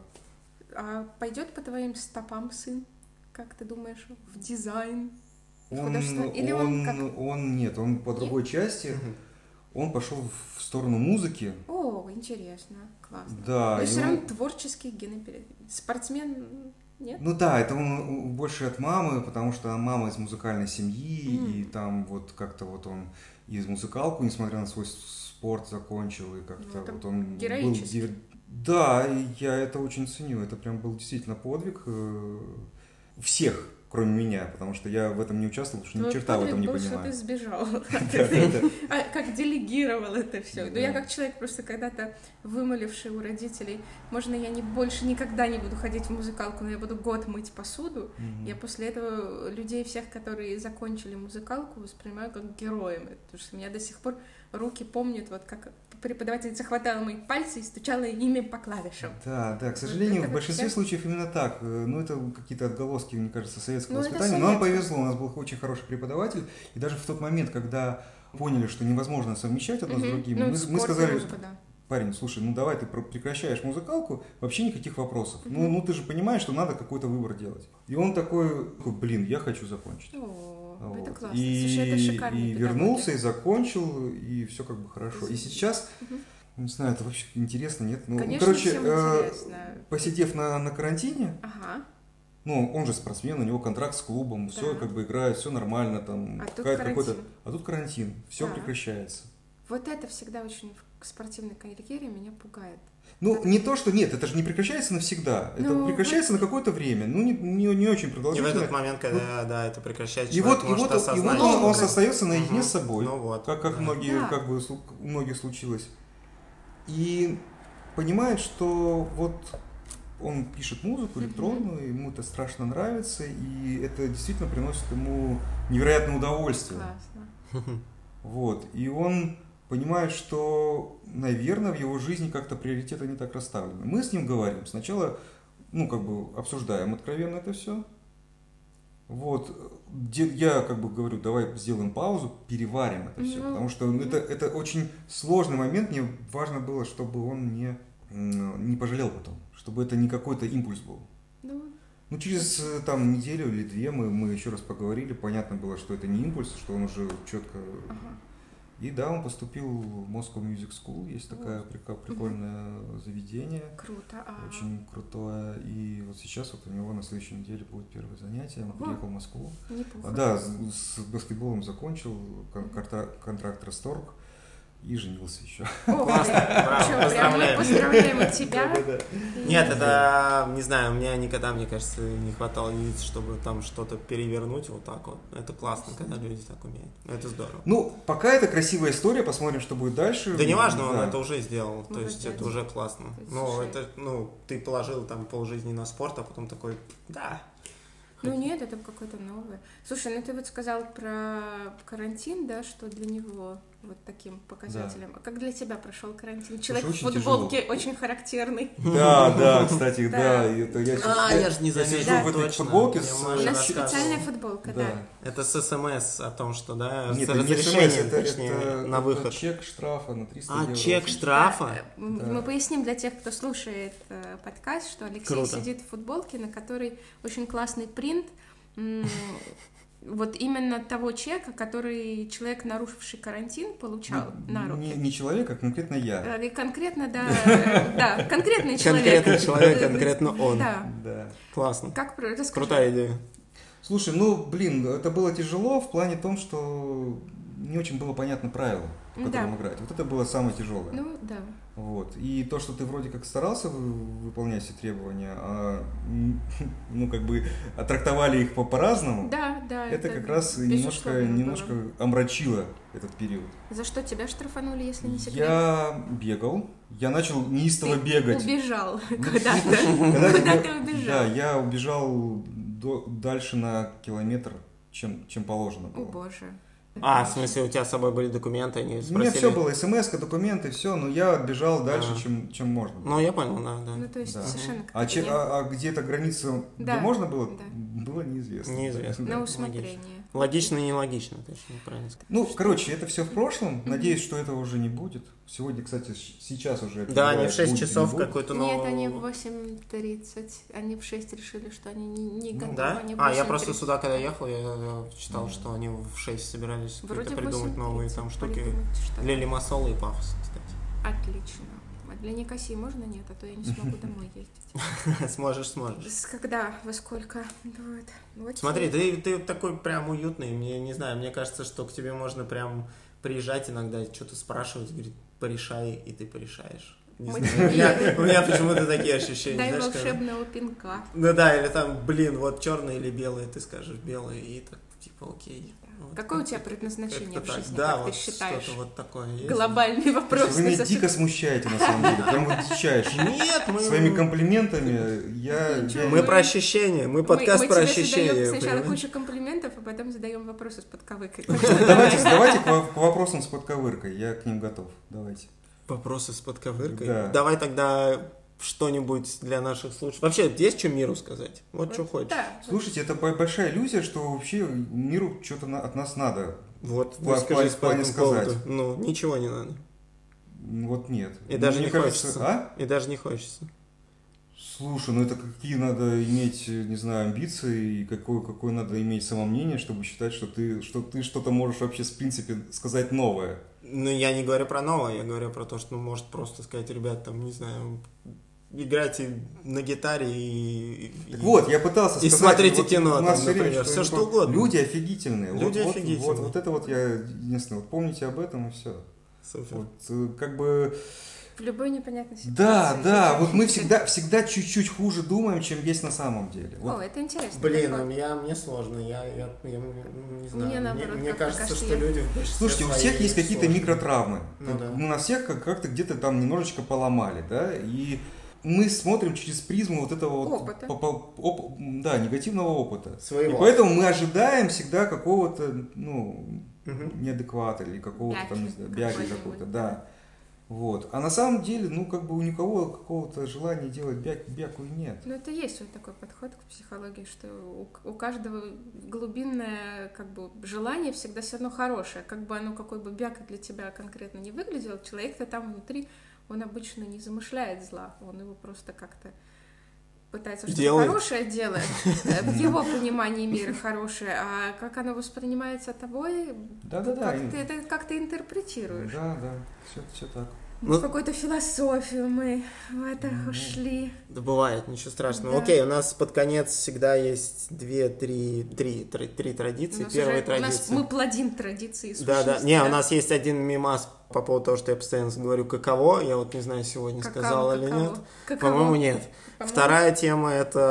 а пойдет по твоим стопам сын, как ты думаешь, в дизайн? В Он, художество? Или он, он, как... он, нет, он по другой части, он пошел в сторону музыки. О, интересно, классно. Да, Но и все он- равно творческий геноперед. Спортсмен, нет? Ну да, это он больше от мамы, потому что мама из музыкальной семьи, Мгм. и там вот как-то вот он из музыкалку, несмотря на свой спорт, закончил, и как-то Ну, это вот он был... героически. дир- Да, и я это очень ценю, это прям был действительно подвиг э, всех, кроме меня, потому что я в этом не участвовал, потому что ни Твой черта в подвиг этом не был, что понимаю. ты сбежал. Да, да, да. А как делегировал это все. Ну, Да. я как человек, просто когда-то вымоливший у родителей, можно я не больше никогда не буду ходить в музыкалку, но я буду год мыть посуду. Мгм. Я после этого людей всех, которые закончили музыкалку, воспринимаю как героями, потому что у меня до сих пор руки помнят, вот как преподавательница хватала мои пальцы и стучала ими по клавишам. Да, да, к сожалению, это в большинстве вообще- случаев именно так. Э, Ну, это какие-то отголоски, мне кажется, советского Ну, это воспитания. Но нам советское. повезло, у нас был очень хороший преподаватель. И даже в тот момент, когда поняли, что невозможно совмещать одно с Мгм. другим, Ну, мы, спорт мы и сказали, музыка, да. парень, слушай, ну давай ты про- прекращаешь музыкалку, вообще никаких вопросов. Ну, Мгм. ну, ты же понимаешь, что надо какой-то выбор делать. И он такой, блин, я хочу закончить. О, Вот. это классно. И, Слушай, это шикарный и педагог. вернулся, и закончил, и все как бы хорошо. И сейчас, Мгм. не знаю, это вообще интересно, нет? Ну, Конечно, короче, всем э, интересно. посидев на, на карантине, Ага. ну, он же спортсмен, у него контракт с клубом, все Да. как бы играет, все нормально, там, А тут какая-то какой-то... карантин. А тут карантин, все Да. прекращается. Вот это всегда очень в спортивной карьере меня пугает. Ну, Это- не то, что нет, это же не прекращается навсегда, это Ну, прекращается на какое-то время, ну, не, не, не очень И в продолжительно. этот момент, когда, да, это прекращается, И человек вот, и может вот, и осознать, вот он, что- он остается наедине Мгм. с собой, Ну вот. как, как, Да. многие, Да. как бы слу- у многих случилось. И понимает, что вот он пишет музыку электронную, ему это страшно нравится, и это действительно приносит ему невероятное удовольствие. Классно. Вот. И он понимает, что, наверное, в его жизни как-то приоритеты не так расставлены. Мы с ним говорим. Сначала, ну, как бы обсуждаем откровенно это все. Вот. Де- Я как бы говорю, давай сделаем паузу, переварим это все. Ну, Потому что это, это очень сложный момент. Мне важно было, чтобы он не, м, не пожалел потом. Чтобы это не какой-то импульс был. Ну, Ну, через э, там неделю или две мы, мы еще раз поговорили. Понятно было, что это не импульс, что он уже четко... ага. И да, он поступил в Moscow Music School. Есть такое прика- прикольное заведение, Круто. А, очень крутое. И вот сейчас вот у него на следующей неделе будет первое занятие. Он Ого. приехал в Москву. неплохо. А, да, с, с баскетболом закончил, кон- контра- контракт расторг и женился еще. О, Классно, блин. браво, Чё, прям мы поздравляем. поздравляем от тебя. И- Нет, это, не знаю, у меня никогда, мне кажется, не хватало яиц, чтобы там что-то перевернуть вот так вот. Это классно, когда люди так умеют. Это здорово. Ну, пока это красивая история, посмотрим, что будет дальше. Да неважно, он Да. это уже сделал. То Молодец. есть это уже классно. То есть, Ну, слушай. это, ну, ты положил там полжизни на спорт, а потом такой, да. Ну нет, это какое-то новое. Слушай, ну ты вот сказал про карантин, да, что для него вот таким показателем. А как для тебя прошел карантин? Человек очень в футболке очень характерный. Да, да, кстати, Да. да. и это я А, щас- я же не заметил, сижу в этой точно. футболке Мне с... Маша У нас рассказывала. специальная футболка, да. Да. Это с СМС о том, что, да, Нет, с это не смс, разрешением, это, точнее, это- на это выход. чек штрафа на триста А, евро. чек штрафа? Да, м, Да. Мы поясним для тех, кто слушает э, подкаст, что Алексей Круто. сидит в футболке, на которой очень классный принт. м, Вот именно того чека, который человек, нарушивший карантин, получал на руки. Не, не человек, а конкретно я. Э, И конкретно, да, э, да, конкретный человек. Конкретный человек, Э, конкретно он. Да. Да. Классно. Как про- расскажи. Крутая идея. Слушай, ну, блин, это было тяжело в плане том, что не очень было понятно правила. в котором да. играть. Вот это было самое тяжелое. Ну, да. Вот. И то, что ты вроде как старался выполнять все требования, а ну, как бы, трактовали их по- по-разному, да, да, это, это как раз немножко, немножко омрачило этот период. За что тебя штрафанули, если не секрет? Я бегал, я начал неистово ты бегать. убежал куда-то. Куда ты убежал? Да, я убежал дальше на километр, чем, чем положено было. О, боже. А, в смысле, у тебя с собой были документы, они спросили? У меня все было, смс-ка, документы, все, но я бежал дальше, а. чем, чем можно. Ну, я понял, да, да. Ну, то есть, да. совершенно а, че, а, а где эта граница, да. где можно было, да. было неизвестно. Неизвестно. На усмотрение. Логично и нелогично, точно, правильно сказать. Ну, короче, это все в прошлом, надеюсь, что этого уже не будет. Сегодня, кстати, сейчас уже... Это да, они в шесть часов какой-то новый... Нет, они в восемь тридцать, они в шесть решили, что они не, не готовы. Да? Они а, я просто сюда, когда ехал, я читал, mm. что они в шесть собирались Вроде придумать новые там штуки думаете, для Лимассола и Пафоса, кстати. Отлично. А для Никосии можно нет, а то я не смогу домой ездить. Сможешь, сможешь. Когда, во сколько? Вот. Вот Смотри, ты, ты такой прям уютный, мне не знаю, мне кажется, что к тебе можно прям приезжать иногда, что-то спрашивать, говорит, порешай, и ты порешаешь. Не знаю, у, меня, у меня почему-то такие ощущения. Дай знаешь, волшебного когда... пинка. Ну да, или там, блин, вот черный или белый, ты скажешь белый, и так, типа, окей. Вот какое у тебя предназначение в жизни, да, как вот ты считаешь? Что-то вот такое есть. Глобальный вопрос. Вы меня дико смущаете, на самом деле. Прям вот дичаешь. Нет, мы... Своими комплиментами я... я... Мы про ощущения, мы подкаст мы, про мы ощущения. Мы сначала понимаешь? кучу комплиментов, а потом задаем вопросы с подковыркой. Давайте, давайте к вопросам с подковыркой, я к ним готов. Давайте. Вопросы с подковыркой? Да. Давай тогда... что-нибудь для наших слушателей. Вообще, есть что миру сказать? Вот, вот что хочешь. Да. Слушайте, это большая иллюзия, что вообще миру что-то на, от нас надо. Вот, в скажи, в плане сказать. Поводу. Ну, ничего не надо. Вот нет. И даже Мне не кажется, хочется. А? И даже не хочется. Слушай, ну это какие надо иметь, не знаю, амбиции, и какое, какое надо иметь самомнение, чтобы считать, что ты, что ты что-то можешь вообще, в принципе, сказать новое. Ну, я не говорю про новое, я говорю про то, что, ну, может просто сказать, ребят, там, не знаю, играйте на гитаре и... Так и, вот, я пытался и сказать... И смотрите вот кино, у нас там, например, все что угодно. Люди офигительные. Люди вот, офигительные. Вот, вот, вот это вот я, единственное, вот помните об этом и все. Супер. Вот, как бы... В любой непонятной ситуации. Да, да, вот мы всегда, всегда чуть-чуть хуже думаем, чем есть на самом деле. Вот. О, это интересно. Блин, а я, мне сложно, я, я, я не знаю. Мне, наоборот, мне, мне кажется, кажется, что я... люди в большинстве Слушайте, у всех есть какие-то сложные. микротравмы. Ну, да. Мы на всех как-то где-то там немножечко поломали, да, и мы смотрим через призму вот этого вот опыта. По, по, оп, да, негативного опыта. Своего. И поэтому мы ожидаем всегда какого-то, ну, угу. неадеквата или какого-то бяки, там, не знаю, бяки какого-то, да. да. Вот. А на самом деле, ну, как бы у никого какого-то желания делать бяк, бяку нет. Ну, это есть вот такой подход к психологии, что у, у каждого глубинное, как бы, желание всегда все равно хорошее. Как бы оно, какой бы бяка для тебя конкретно не выглядело, человек-то там внутри, он обычно не замышляет зла, он его просто как-то пытается что-то делает. Хорошее делать, в его понимании мира хорошее, а как оно воспринимается тобой, да, да, да. Как ты это как ты интерпретируешь. Да, да, все, все так. Ну, в какую-то философию мы в это mm-hmm. ушли. Да бывает, ничего страшного. Да. Окей, у нас под конец всегда есть две, три, три, три, три традиции. Первая уже, традиция. У нас, мы плодим традиции. Да, да. Не, у нас есть один мимас по поводу того, что я постоянно говорю каково. Я вот не знаю, сегодня каково, сказала каково. или нет. Каково. По-моему, нет. По-моему. Вторая тема —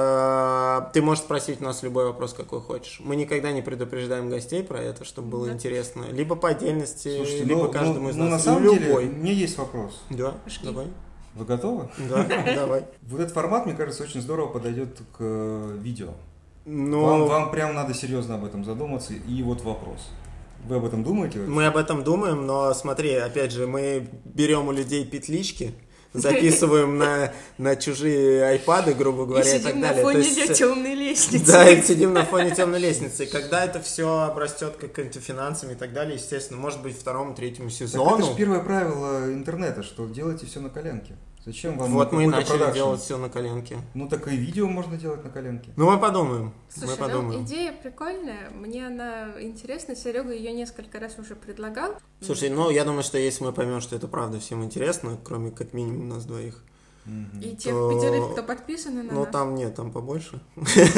это ты можешь спросить у нас любой вопрос, какой хочешь. Мы никогда не предупреждаем гостей про это, чтобы было да. интересно. Либо по отдельности, Слушайте, либо ну, каждому ну, из ну, нас. на самом любой. деле, у меня есть вопрос. Да, Жги. давай. Вы готовы? Да, давай. Вот этот формат, мне кажется, очень здорово подойдет к видео. Но... Вам, вам прям надо серьезно об этом задуматься. И вот вопрос. Вы об этом думаете? Мы об этом думаем, но смотри, опять же, мы берем у людей петлички, записываем на, на чужие айпады, грубо говоря, и, и так далее. И сидим на фоне есть, темной лестницы. Да, и сидим на фоне темной лестницы. И когда это все обрастет какими-то финансами и так далее, естественно, может быть, второму, третьему сезону. Так это же первое правило интернета, что делайте все на коленке. Зачем вам Вот мы и начали продакшн? делать все на коленке. Ну так и видео можно делать на коленке. Ну мы подумаем. Слушай, мы подумаем. ну идея прикольная, мне она интересна, Серега ее несколько раз уже предлагал. Слушай, ну я думаю, что если мы поймем, что это правда всем интересно, кроме как минимум нас двоих, И тех то- пятерых, кто подписаны на Ну, нас. там нет, там побольше. О,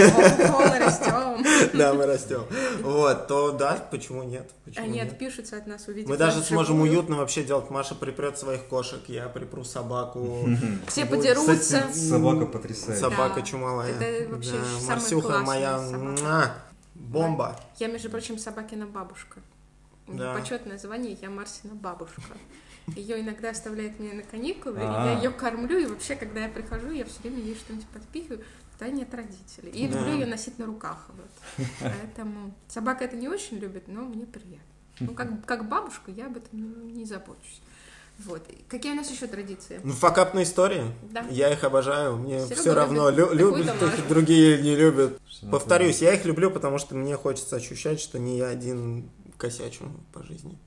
мы растем. Да, мы растем. Вот, то да, почему нет? Почему Они нет? отпишутся от нас, увидев Мы даже нас сможем вживую. уютно вообще делать. Маша припрет своих кошек, я припру собаку. Все Будет, подерутся. кстати, Собака потрясает. Собака Да. чумалая. Это вообще Да, самая Марсюха классная моя, собака. муа, бомба. Я, между прочим, собакина бабушка. У меня Да. почетное звание, я Марсина бабушка. Ее иногда оставляют мне на каникулы, и А. я ее кормлю, и вообще, когда я прихожу, я все время ей что-нибудь подпихиваю, тайне от родителей. И Да. люблю ее носить на руках. Вот. Поэтому собака это не очень любит, но мне приятно. Ну, как, как бабушка, я об этом не забочусь. Вот. И какие у нас еще традиции? Ну, факапные истории. Да. Я их обожаю. Мне Серега все равно, любит лю- любят такую-то их, лажу. другие не любят. Что Повторюсь, я их люблю, потому что мне хочется ощущать, что не я один косячу по жизни.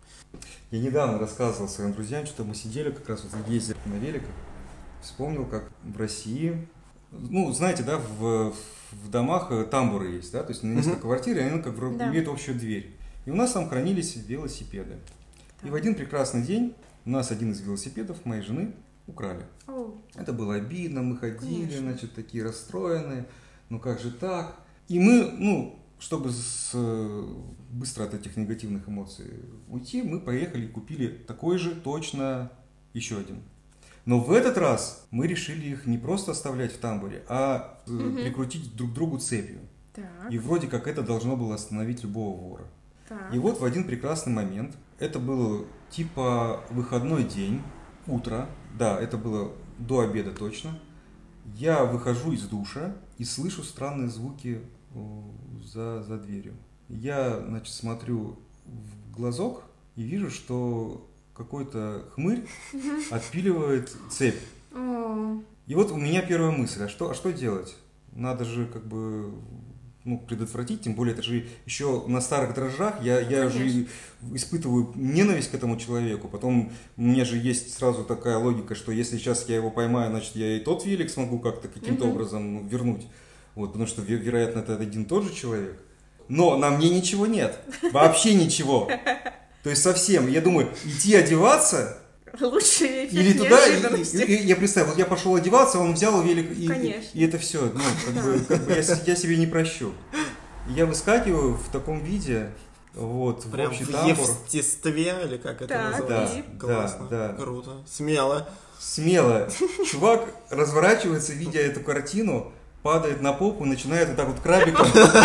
Я недавно рассказывал своим друзьям, что мы сидели как раз вот ездили на великах. Вспомнил, как в России, ну, знаете, да, в, в домах э, тамбуры есть, да, то есть несколько Мгм. квартир, и они как бы Да. имеют общую дверь. И у нас там хранились велосипеды. И Так. в один прекрасный день у нас один из велосипедов моей жены украли. О, Это было обидно, мы ходили, Конечно. значит, такие расстроенные, ну как же так? И мы, ну, чтобы с, э, быстро от этих негативных эмоций уйти, мы поехали и купили такой же точно еще один. Но в этот раз мы решили их не просто оставлять в тамбуре, а э, Мгм. прикрутить друг к другу цепью. так, И вроде как это должно было остановить любого вора. так. И вот в один прекрасный момент, это было типа выходной день, утро, да, это было до обеда точно, я выхожу из душа и слышу странные звуки э, за, за дверью. Я, значит, смотрю в глазок и вижу, что какой-то хмырь отпиливает цепь. О, И вот у меня первая мысль, а что, а что делать? Надо же как бы ну, предотвратить, тем более это же еще на старых дрожжах, я, я же Конечно. испытываю ненависть к этому человеку, потом у меня же есть сразу такая логика, что если сейчас я его поймаю, значит я и тот велик смогу как-то каким-то Мгм. образом ну, вернуть, вот, потому что, ве- вероятно, это один и тот же человек. Но на мне ничего нет, вообще ничего. То есть совсем, я думаю, идти одеваться... лучший эффект Или туда, и- неожиданности. и- и я представил, вот я пошел одеваться, он взял велик, и, Конечно. и это все, ну, как бы, как бы я, с- я себе не прощу. И я выскакиваю в таком виде, вот, в Прям общий в тамбур, естестве, или как это Так, называется? и- Классно, Да, да. круто, смело. смело. Чувак разворачивается, видя эту картину, падает на попу, начинает вот так вот крабиком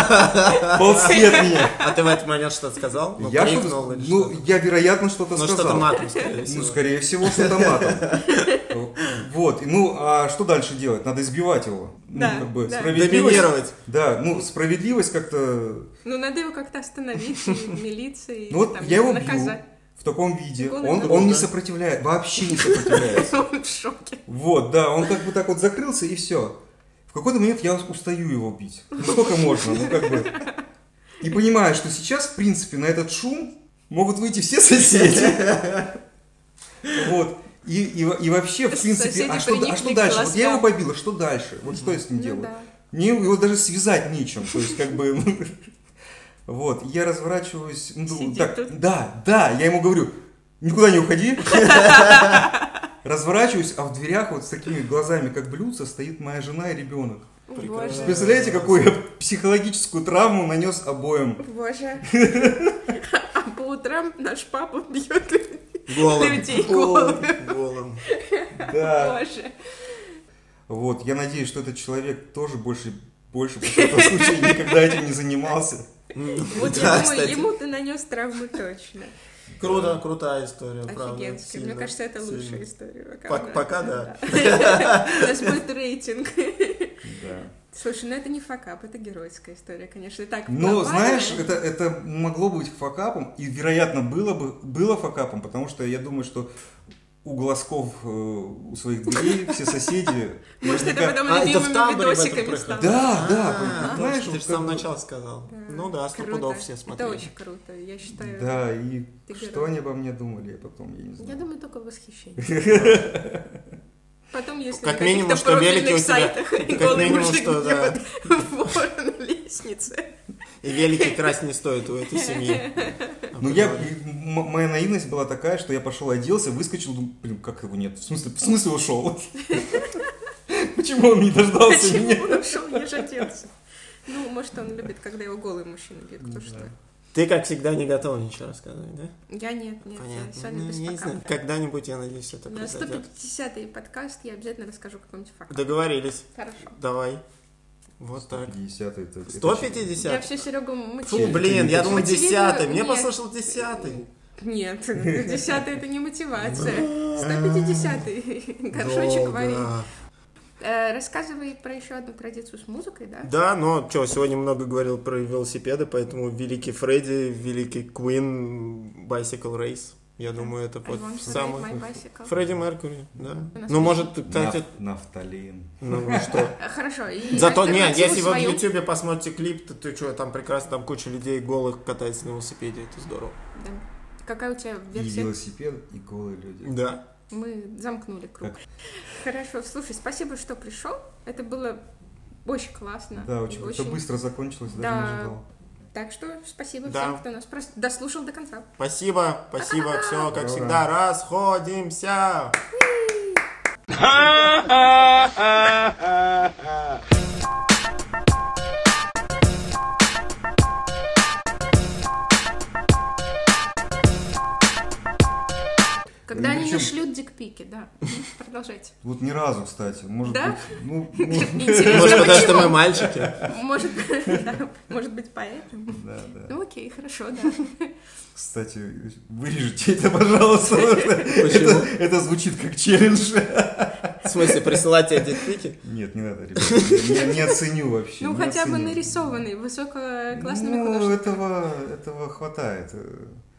ползти от меня. А ты в этот момент что-то сказал? Ну, Я крикнул что-то, или ну, что-то? я, вероятно, что-то Ну, сказал. что-то матом, скорее всего. Ну, скорее всего, что-то матом. Вот. И, Ну, а что дальше делать? Надо избивать его. Да, Ну, как бы да. справедливость. Доминировать. Да, ну, справедливость как-то... Ну, надо его как-то остановить, и милиции, Ну, вот там, я его наказать. бью в таком виде. Голый Он, дух, он не да. сопротивляет, вообще не сопротивляется. Он в шоке. Вот, да, он как бы так вот закрылся, и все. В какой-то момент я устаю его бить. Ну, сколько можно, ну, как бы... И понимаю, что сейчас, в принципе, на этот шум могут выйти все соседи. Вот. И, и, и вообще, в принципе, Соседи а что, а приникли что к дальше? Вот я его волоскам. побила, что дальше? Вот что я с ним Ну делаю? да. Мне его даже связать нечем. То есть, как бы... ну, Вот, я разворачиваюсь... ну, Сидит так, тут. да, да, я ему говорю, никуда не уходи. Разворачиваюсь, а в дверях вот с такими глазами, как блюдца, стоит моя жена и ребенок. О, Прекрасно. Боже. Представляете, какую я психологическую травму нанес обоим? Боже. А по утрам наш папа бьет людей. Голым. Людей Голым. голым. Голым. Да. Боже. Вот, я надеюсь, что этот человек тоже больше, больше после этого случая никогда этим не занимался. Вот Да, я думаю, кстати. ему ты нанес травму точно. Круто, крутая история, правда. Офигенский. Мне сильно, кажется, это сильно. лучшая история. Пок- пока да. У нас будет рейтинг. Да. Слушай, ну это не факап, это геройская история, конечно. И так, Но, глобально- знаешь, это, это могло быть факапом, и, вероятно, было бы было факапом, потому что я думаю, что у глазков э, у своих дверей все соседи... Может, это наверняка- потом А, это в любимыми тамбуре в этом видосиками происходит? стало. Да, да, А, понимаешь, Ты вот же в как самом бы- начале сказал. Да, Ну да, сто круто. пудов все смотрели. Это очень круто, я считаю. Да, и Ты что герой. они обо мне думали, я потом, я не знаю. Я думаю, только восхищение. Потом, если Как на минимум, каких-то что велики профильных у тебя- сайтах как голый минимум, мужик что, да. ебет вор на лестнице. И великий красть не стоит у этой семьи. Ну, я, м- моя наивность была такая, что я пошел оделся, выскочил, думаю, блин, как его нет? В смысле, в смысле ушел? Почему он не дождался меня? Почему он ушел, я же оделся. Ну, может, он любит, когда его голый мужчина бьет, кто что. Ты, как всегда, не готова ничего рассказывать, да? Я нет, нет, Понятно. я сегодня Ну, без я не пока. знаю, когда-нибудь, я надеюсь, это На сто произойдет. пятидесятый подкаст я обязательно расскажу какой-нибудь факт. Договорились. Хорошо. Давай. Вот так. сто пятидесятый это... сто это- Я пятьдесят? все Серегу Фу, мотивирую. блин, я думал Мотивирую- десятый. Мне нет. послушал десятый. Нет, десятый это не мотивация. сто пятидесятый. Горшочек вари. Э, Рассказывай про еще одну традицию с музыкой, да? Да, но что, сегодня много говорил про велосипеды, поэтому великий Фредди, великий Queen, Bicycle Race. Я думаю, это I вот want to самый... ride my bicycle. Фредди Меркьюри, да. У нас Ну, есть- может, кстати... Наф- Нафталин. Ну, что... Э, Хорошо. и Зато, нет, альтернативу если вы в свою. Ютубе посмотрите клип, то ты что, там прекрасно, там куча людей голых катается на велосипеде, это здорово. Да. Какая у тебя И версия? велосипед, и голые люди. Да. Мы замкнули круг. Как? Хорошо, слушай, спасибо, что пришел. Это было очень классно. Да, очень, Очень. это быстро закончилось, даже Да. не ожидал. Так что спасибо Да. всем, кто нас просто дослушал до конца. Спасибо, спасибо, все, как Ура. всегда, расходимся. Когда Ну, они не причем- шлют дикпики, да. Продолжайте. Вот ни разу, кстати. Может Да? быть, ну, ну, Интересно, Может, потому что почему? мы мальчики. Может, да, может быть, поэтому. да, да. Ну окей, хорошо, да. Кстати, вырежите это, пожалуйста. Почему? Это, это звучит как челлендж. В смысле, присылать тебе дикпики? Нет, не надо, ребят. Я не, не оценю вообще. Ну не хотя бы оценю. нарисованный, высококлассными Ну, художниками. этого, этого хватает.